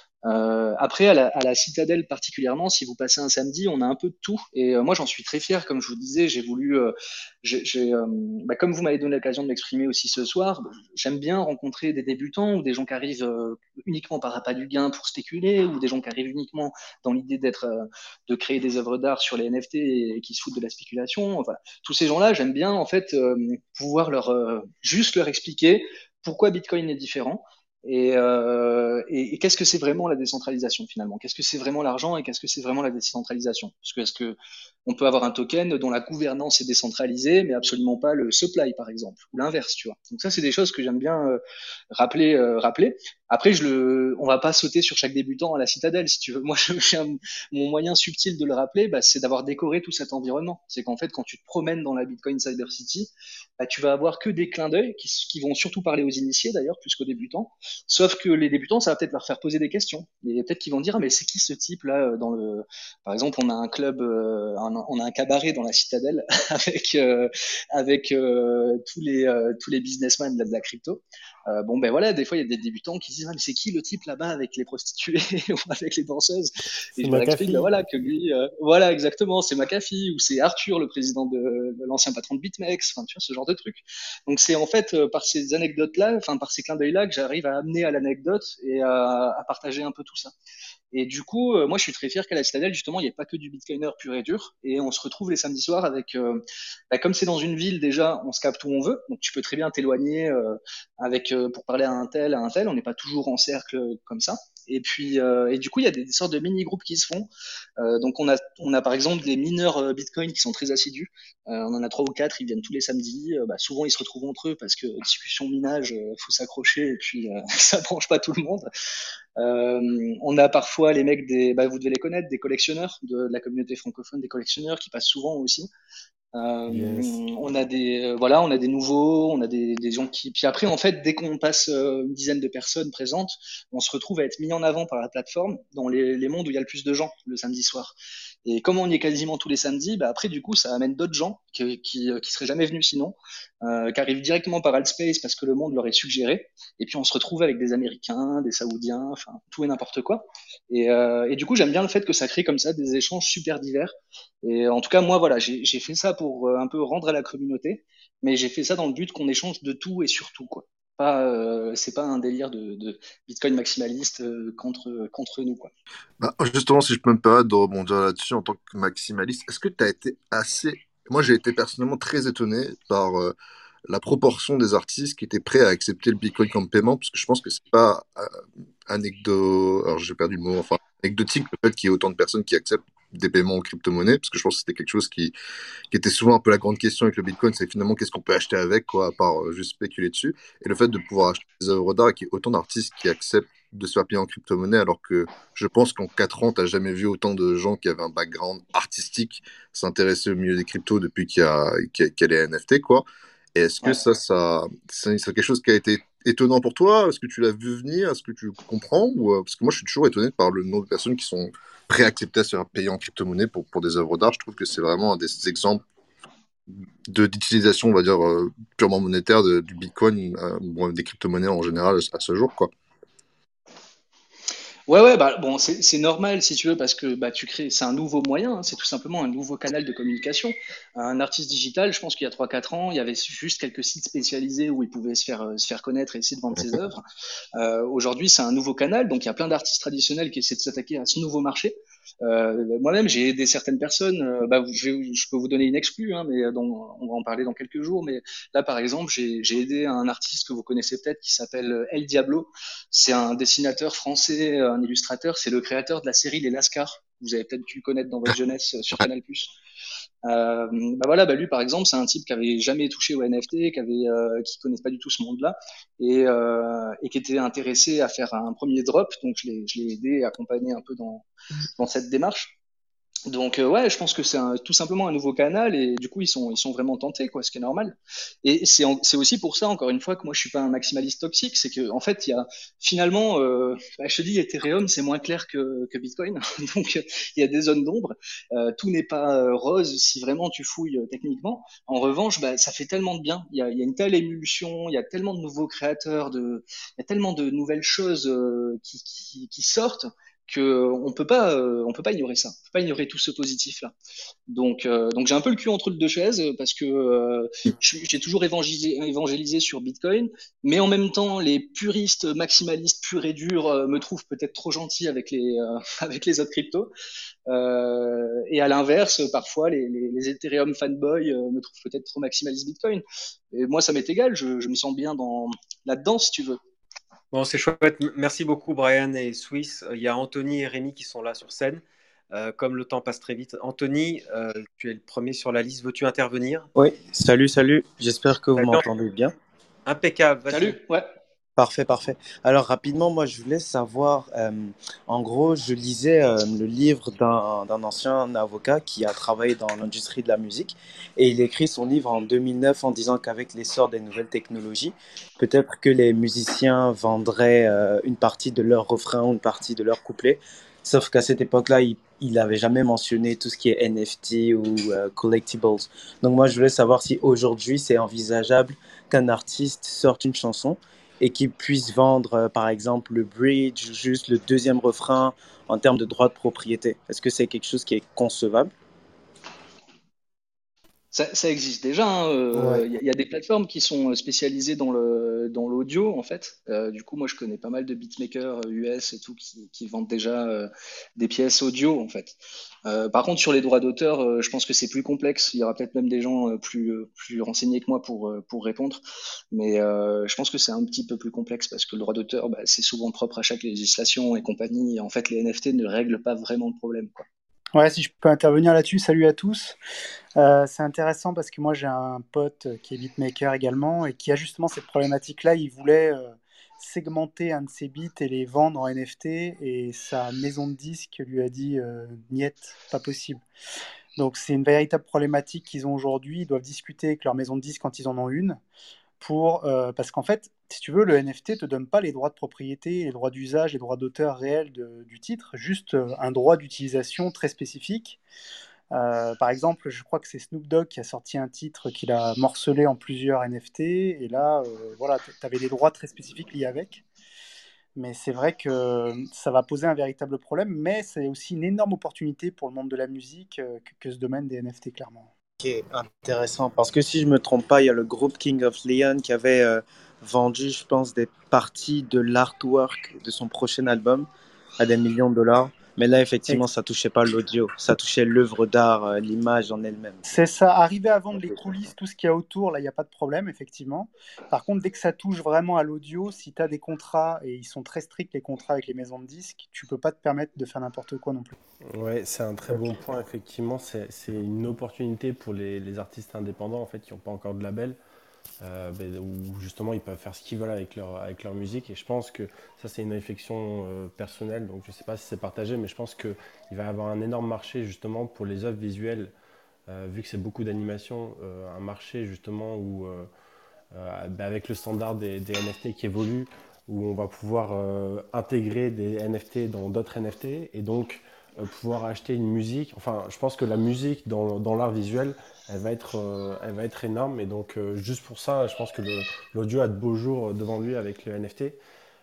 Euh, après, à la, à la Citadelle particulièrement, si vous passez un samedi, on a un peu de tout. Et euh, moi, j'en suis très fier. Comme je vous disais, j'ai voulu, euh, j'ai, j'ai, euh, bah, comme vous m'avez donné l'occasion de m'exprimer aussi ce soir, j'aime bien rencontrer des débutants ou des gens qui arrivent euh, uniquement par appât du gain pour spéculer, ou des gens qui arrivent uniquement dans l'idée d'être, euh, de créer des œuvres d'art sur les N F T et, et qui se foutent de la spéculation. Voilà. Tous ces gens-là, j'aime bien en fait euh, pouvoir leur euh, juste leur expliquer pourquoi Bitcoin est différent et, euh, et, et qu'est-ce que c'est vraiment la décentralisation finalement? Qu'est-ce que c'est vraiment l'argent et qu'est-ce que c'est vraiment la décentralisation? Parce que est-ce que on peut avoir un token dont la gouvernance est décentralisée, mais absolument pas le supply par exemple, ou l'inverse, tu vois. Donc ça, c'est des choses que j'aime bien euh, rappeler, euh, rappeler. Après, je le, on va pas sauter sur chaque débutant à la citadelle, si tu veux. Moi, je, un, mon moyen subtil de le rappeler, bah, c'est d'avoir décoré tout cet environnement. C'est qu'en fait, quand tu te promènes dans la Bitcoin Cyber City, bah, tu vas avoir que des clins d'œil qui, qui vont surtout parler aux initiés d'ailleurs, plus qu'aux débutants. Sauf que les débutants, ça va peut-être leur faire poser des questions. Et peut-être qu'ils vont dire, ah, mais c'est qui ce type là dans le. Par exemple, on a un club, euh, un, on a un cabaret dans la citadelle avec euh, avec euh, tous les euh, tous les businessmen de la, de la crypto. Euh, bon ben voilà, des fois il y a des débutants qui disent, ah, mais c'est qui le type là-bas avec les prostituées ou avec les danseuses? Et C'est je leur explique, ben McAfee. voilà que lui, euh, voilà exactement, c'est McAfee ou c'est Arthur, le président de, de l'ancien patron de BitMEX. Enfin tu vois ce genre de truc. Donc c'est en fait euh, par ces anecdotes-là, enfin par ces clins d'œil-là, que j'arrive à amener à l'anecdote et à, à partager un peu tout ça. Et du coup, euh, moi, je suis très fier qu'à la Citadelle, justement, il n'y ait pas que du Bitcoiner pur et dur. Et on se retrouve les samedis soirs avec, euh, bah, comme c'est dans une ville déjà, on se capte où on veut. Donc tu peux très bien t'éloigner euh, avec euh, pour parler à un tel, à un tel. On n'est pas toujours en cercle euh, comme ça. Et puis, euh, et du coup, il y a des, des sortes de mini-groupes qui se font. Euh, donc on a, on a par exemple des mineurs euh, Bitcoin qui sont très assidus. Euh, on en a trois ou quatre, ils viennent tous les samedis. Euh, bah, souvent, ils se retrouvent entre eux parce que discussion minage, euh, faut s'accrocher et puis euh, ça branche pas tout le monde. Euh, on a parfois les mecs des, bah, vous devez les connaître, des collectionneurs de, de la communauté francophone, des collectionneurs qui passent souvent aussi. Euh, Yes. on a des, euh, voilà, on a des nouveaux, on a des, des gens qui, puis après en fait, dès qu'on passe euh, une dizaine de personnes présentes, on se retrouve à être mis en avant par la plateforme dans les, les mondes où il y a le plus de gens le samedi soir. Et comme on y est quasiment tous les samedis, bah après du coup ça amène d'autres gens qui, qui, qui seraient jamais venus sinon, euh, qui arrivent directement par Altspace parce que le monde leur est suggéré. Et puis on se retrouve avec des Américains, des Saoudiens, enfin tout et n'importe quoi. Et, euh, et du coup j'aime bien le fait que ça crée comme ça des échanges super divers. Et en tout cas moi voilà j'ai j'ai fait ça pour euh, un peu rendre à la communauté, mais j'ai fait ça dans le but qu'on échange de tout et sur tout quoi. Pas, euh, c'est pas un délire de, de Bitcoin maximaliste euh, contre contre nous quoi. Bah, justement, si je peux me permettre de rebondir là-dessus en tant que maximaliste, est-ce que tu as été assez... Moi, j'ai été personnellement très étonné par euh, la proportion des artistes qui étaient prêts à accepter le Bitcoin comme paiement, parce que je pense que c'est pas euh, anecdo... Alors, j'ai perdu le mot, enfin, anecdotique le fait qu'il y ait autant de personnes qui acceptent des paiements en crypto-monnaie, parce que je pense que c'était quelque chose qui, qui était souvent un peu la grande question avec le Bitcoin, c'est finalement qu'est-ce qu'on peut acheter avec, quoi, à part euh, juste spéculer dessus. Et le fait de pouvoir acheter des œuvres d'art et qu'il y ait autant d'artistes qui acceptent de se faire payer en crypto-monnaie, alors que je pense qu'en quatre ans, tu n'as jamais vu autant de gens qui avaient un background artistique s'intéresser au milieu des cryptos depuis qu'il y a, qu'il y a, qu'il y a les N F T, quoi. Et est-ce que Ouais. ça, ça, c'est c'est quelque chose qui a été étonnant pour toi? Est-ce que tu l'as vu venir? Est-ce que tu comprends? Ou, euh, parce que moi, je suis toujours étonné par le nombre de personnes qui sont prêtes à accepter à se faire payer en crypto-monnaie pour, pour des œuvres d'art. Je trouve que c'est vraiment un des exemples de d'utilisation, on va dire, euh, purement monétaire de- du Bitcoin euh, ou des crypto-monnaies en général à ce jour, quoi. Ouais, ouais, bah bon, c'est c'est normal si tu veux parce que bah tu crées, c'est un nouveau moyen, hein, c'est tout simplement un nouveau canal de communication. Un artiste digital, je pense qu'il y a trois quatre ans, il y avait juste quelques sites spécialisés où il pouvait se faire euh, se faire connaître et essayer de vendre ses œuvres. Euh, aujourd'hui, c'est un nouveau canal, donc il y a plein d'artistes traditionnels qui essaient de s'attaquer à ce nouveau marché. Euh, moi-même, j'ai aidé certaines personnes. Euh, bah, je, vais- je peux vous donner une exclue, hein, mais euh, dont on va en parler dans quelques jours. Mais là, par exemple, j'ai j'ai aidé un artiste que vous connaissez peut-être qui s'appelle euh, El Diablo. C'est un dessinateur français, euh, un illustrateur. C'est le créateur de la série Les Lascars. Vous avez peut-être pu le connaître dans votre jeunesse euh, sur Ouais. Canal+. Euh, bah voilà, bah lui par exemple, c'est un type qui avait jamais touché au N F T, qui avait, euh, qui connaît pas du tout ce monde-là, et, euh, et qui était intéressé à faire un premier drop. Donc je l'ai, je l'ai aidé, accompagné un peu dans dans cette démarche. Donc euh, ouais, je pense que c'est un- tout simplement un nouveau canal et du coup ils sont ils sont vraiment tentés quoi, ce qui est normal. Et c'est en- c'est aussi pour ça encore une fois que moi je suis pas un maximaliste toxique, c'est que en fait il y a finalement euh, bah, je te dis Ethereum c'est moins clair que que Bitcoin, donc euh, il y a des zones d'ombre. Euh, tout n'est pas euh, rose si vraiment tu fouilles euh, techniquement. En revanche, bah, ça fait tellement de bien. Il y a, il y a une telle émulsion, il y a tellement de nouveaux créateurs, de il y a tellement de nouvelles choses euh, qui, qui qui sortent que on peut pas euh, on peut pas ignorer ça, on peut pas ignorer tout ce positif là. Donc euh, donc j'ai un peu le cul entre les deux chaises euh, parce que euh, j'ai toujours évangélisé, évangélisé sur Bitcoin, mais en même temps les puristes maximalistes purs et durs euh, me trouvent peut-être trop gentil avec les euh, avec les autres cryptos. Euh, et à l'inverse, parfois les, les, les Ethereum fanboys euh, me trouvent peut-être trop maximaliste Bitcoin. Et moi ça m'est égal, je, je me sens bien dans là-dedans si tu veux. Bon, c'est chouette. M- Merci beaucoup, Brian et Swiss. Euh, Il y a Anthony et Rémi qui sont là sur scène. Euh, comme le temps passe très vite. Anthony, euh, tu es le premier sur la liste. Veux-tu intervenir? Oui, salut, salut. J'espère que vous Salut. m'entendez bien. Impeccable, vas-y. Salut, ouais. Parfait, parfait. Alors rapidement, moi je voulais savoir, euh, en gros, je lisais euh, le livre d'un d'un ancien avocat qui a travaillé dans l'industrie de la musique et il écrit son livre en deux mille neuf en disant qu'avec l'essor des nouvelles technologies, peut-être que les musiciens vendraient euh, une partie de leur refrain ou une partie de leur couplet. Sauf qu'à cette époque-là, il il n'avait jamais mentionné tout ce qui est N F T ou euh, collectibles. Donc moi je voulais savoir si aujourd'hui c'est envisageable qu'un artiste sorte une chanson et qu'ils puissent vendre, euh, par exemple, le bridge, juste le deuxième refrain en termes de droit de propriété. Est-ce que c'est quelque chose qui est concevable? Ça, ça existe déjà, hein, Ouais. euh, Il y, a il y a des plateformes qui sont spécialisées dans le dans l'audio en fait. Euh, du coup, moi, je connais pas mal de beatmakers euh, U S et tout qui, qui vendent déjà euh, des pièces audio en fait. Euh, par contre, sur les droits d'auteur, euh, je pense que c'est plus complexe. Il y aura peut-être même des gens euh, plus euh, plus renseignés que moi pour euh, pour répondre. Mais euh, je pense que c'est un petit peu plus complexe parce que le droit d'auteur, bah, c'est souvent propre à chaque législation et compagnie. Et en fait, les N F T ne règlent pas vraiment le problème, quoi. Ouais, si je peux intervenir là-dessus, salut à tous. Euh, c'est intéressant parce que moi j'ai un pote qui est beatmaker également et qui a justement cette problématique-là. Il voulait euh, segmenter un de ses beats et les vendre en N F T et sa maison de disques lui a dit euh, niet, pas possible. Donc c'est une véritable problématique qu'ils ont aujourd'hui. Ils doivent discuter avec leur maison de disques quand ils en ont une pour, euh, parce qu'en fait, si tu veux, le N F T te donne pas les droits de propriété, les droits d'usage, les droits d'auteur réels de- du titre, juste euh, un droit d'utilisation très spécifique. Euh, par exemple, je crois que c'est Snoop Dogg qui a sorti un titre qu'il a morcelé en plusieurs N F T, et là, euh, voilà, tu avais des droits très spécifiques liés avec. Mais c'est vrai que ça va poser un véritable problème, mais c'est aussi une énorme opportunité pour le monde de la musique euh, que, que ce domaine des N F T, clairement. Ok, intéressant. Parce que si je me trompe pas, il y a le groupe King of Leon qui avait euh, vendu, je pense, des parties de l'artwork de son prochain album à des millions de dollars. Mais là, effectivement, ça touchait pas l'audio, ça touchait l'œuvre d'art, euh, l'image en elle-même. C'est ça, arriver à vendre les coulisses, tout ce qu'il y a autour, là, il n'y a pas de problème, effectivement. Par contre, dès que ça touche vraiment à l'audio, si tu as des contrats, et ils sont très stricts, les contrats avec les maisons de disques, tu peux pas te permettre de faire n'importe quoi non plus. Ouais, c'est un très bon point, effectivement. C'est c'est une opportunité pour les, les artistes indépendants en fait, qui n'ont pas encore de label, euh, ben, où justement ils peuvent faire ce qu'ils veulent avec leur, avec leur musique. Et je pense que ça, c'est une réflexion euh, personnelle, donc je ne sais pas si c'est partagé, mais je pense qu'il va y avoir un énorme marché justement pour les œuvres visuelles, euh, vu que c'est beaucoup d'animation, euh, un marché justement où, euh, euh, ben, avec le standard des, des N F T qui évolue, où on va pouvoir euh, intégrer des N F T dans d'autres N F T et donc euh, pouvoir acheter une musique. Enfin, je pense que la musique dans, dans l'art visuel, elle va être, euh, elle va être énorme. Et donc, euh, juste pour ça, je pense que le- l'audio a de beaux jours devant lui avec le N F T.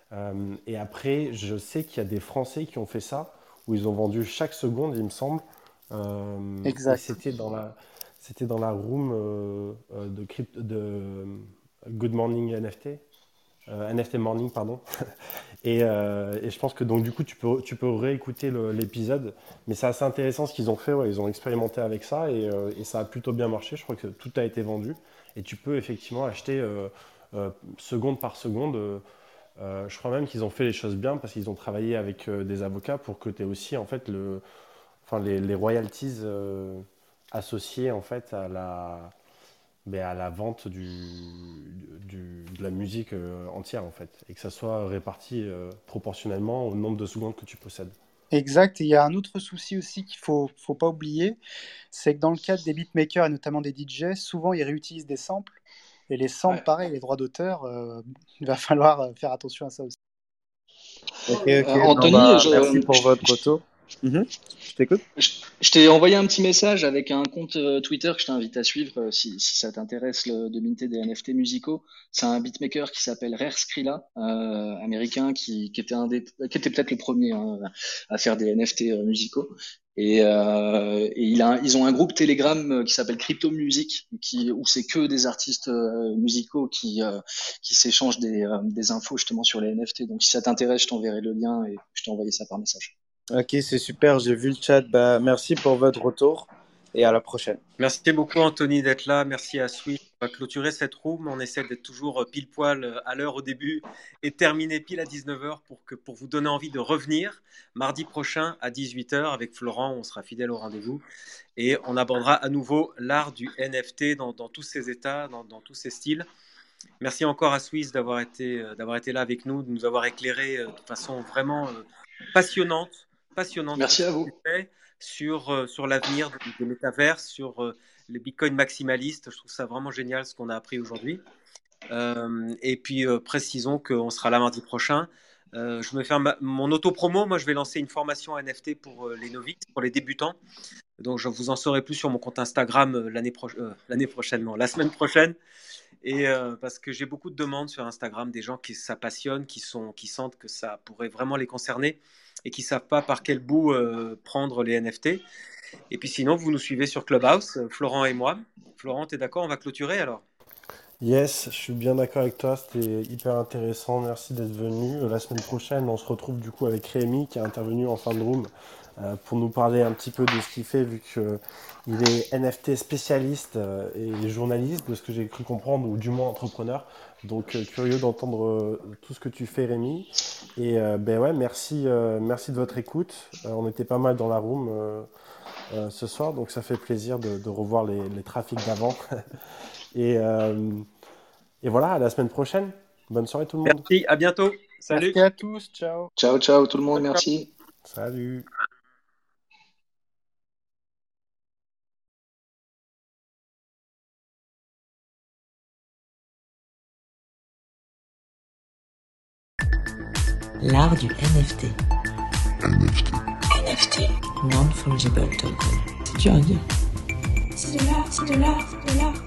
Euh, et après, je sais qu'il y a des Français qui ont fait ça, où ils ont vendu chaque seconde, il me semble. Euh, et Exact. c'était dans la, c'était dans la room euh, euh, de, crypt- de euh, Good Morning N F T. Euh, N F T Morning, pardon. Et, euh, et je pense que donc du coup tu peux, tu peux réécouter le- l'épisode, mais c'est assez intéressant ce qu'ils ont fait, ouais, ils ont expérimenté avec ça et, euh, et ça a plutôt bien marché, je crois que tout a été vendu et tu peux effectivement acheter euh, euh, seconde par seconde. euh, euh, je crois même qu'ils ont fait les choses bien parce qu'ils ont travaillé avec euh, des avocats pour que tu aies aussi en fait le, enfin, les, les royalties euh, associées en fait à la, ben, à la vente du, du- de la musique euh, entière en fait, et que ça soit réparti euh, proportionnellement au nombre de secondes que tu possèdes. Exact. Et il y a un autre souci aussi qu'il faut, faut pas oublier, c'est que dans le cadre des beatmakers et notamment des D J, souvent ils réutilisent des samples. Et les samples, Ouais. pareil, les droits d'auteur, euh, il va falloir euh, faire attention à ça aussi. Ok, Euh, ok. Non, Anthony, bah, je, merci pour je, votre je- retour. Mhm. Je t'écoute. Je, je t'ai envoyé un petit message avec un compte euh, Twitter que je t'invite à suivre euh, si, si ça t'intéresse le- de minter des N F T musicaux. C'est un beatmaker qui s'appelle Rare Skrilla, euh, américain, qui, qui était un des, qui était peut-être le premier hein, à faire des N F T euh, musicaux. Et, euh, et il a, ils ont un groupe Telegram euh, qui s'appelle Crypto Music, qui, où c'est que des artistes euh, musicaux qui, euh, qui s'échangent des, euh, des infos justement sur les N F T. Donc si ça t'intéresse, je t'enverrai le lien et je t'ai envoyé ça par message. Ok, c'est super. J'ai vu le chat. Bah, merci pour votre retour et à la prochaine. Merci beaucoup Anthony d'être là, merci à Swift. On va clôturer cette room, on essaie d'être toujours pile poil à l'heure au début et terminer pile à dix-neuf heures pour, que, pour vous donner envie de revenir mardi prochain à dix-huit heures avec Florent, on sera fidèle au rendez-vous et on abordera à nouveau l'art du N F T dans, dans tous ses états, dans, dans tous ses styles. Merci encore à Swiss d'avoir été, d'avoir été là avec nous, de nous avoir éclairé de façon vraiment passionnante, passionnante Merci sur à ce vous. que tu fais, sur, euh, sur l'avenir des, des métaverses, sur euh, les bitcoins maximalistes. Je trouve ça vraiment génial ce qu'on a appris aujourd'hui. Euh, et puis euh, précisons qu'on sera là mardi prochain. Euh, je me fais ma, mon auto-promo. Moi, je vais lancer une formation N F T pour euh, les novices, pour les débutants. Donc, je vous en saurai plus sur mon compte Instagram euh, l'année, pro euh, l'année prochaine, non, la semaine prochaine. Et euh, parce que j'ai beaucoup de demandes sur Instagram, des gens qui ça passionne, qui, sont, qui sentent que ça pourrait vraiment les concerner et qui ne savent pas par quel bout euh, prendre les N F T. Et puis sinon, vous nous suivez sur Clubhouse, euh, Florent et moi. Florent, tu es d'accord? On va clôturer alors? Yes, je suis bien d'accord avec toi, c'était hyper intéressant, merci d'être venu. Euh, La semaine prochaine, on se retrouve du coup avec Rémi qui est intervenu en fin de room euh, pour nous parler un petit peu de ce qu'il fait vu qu'il est N F T spécialiste euh, et journaliste de ce que j'ai cru comprendre, ou du moins entrepreneur. Donc euh, curieux d'entendre euh, tout ce que tu fais Rémi. Et euh, ben ouais, merci, euh, merci de votre écoute. Euh, on était pas mal dans la room euh, euh, ce soir, donc ça fait plaisir de, de revoir les, les trafics d'avant. Et, euh, et voilà, à la semaine prochaine. Bonne soirée tout le monde. Merci, à bientôt. Salut. Merci à tous, ciao. Ciao, ciao tout le monde, Ciao, ciao. merci. Salut. L'art du N F T. N F T. Non-fungible token. C'est dur à dire. C'est de l'art, c'est de l'art, c'est de l'art.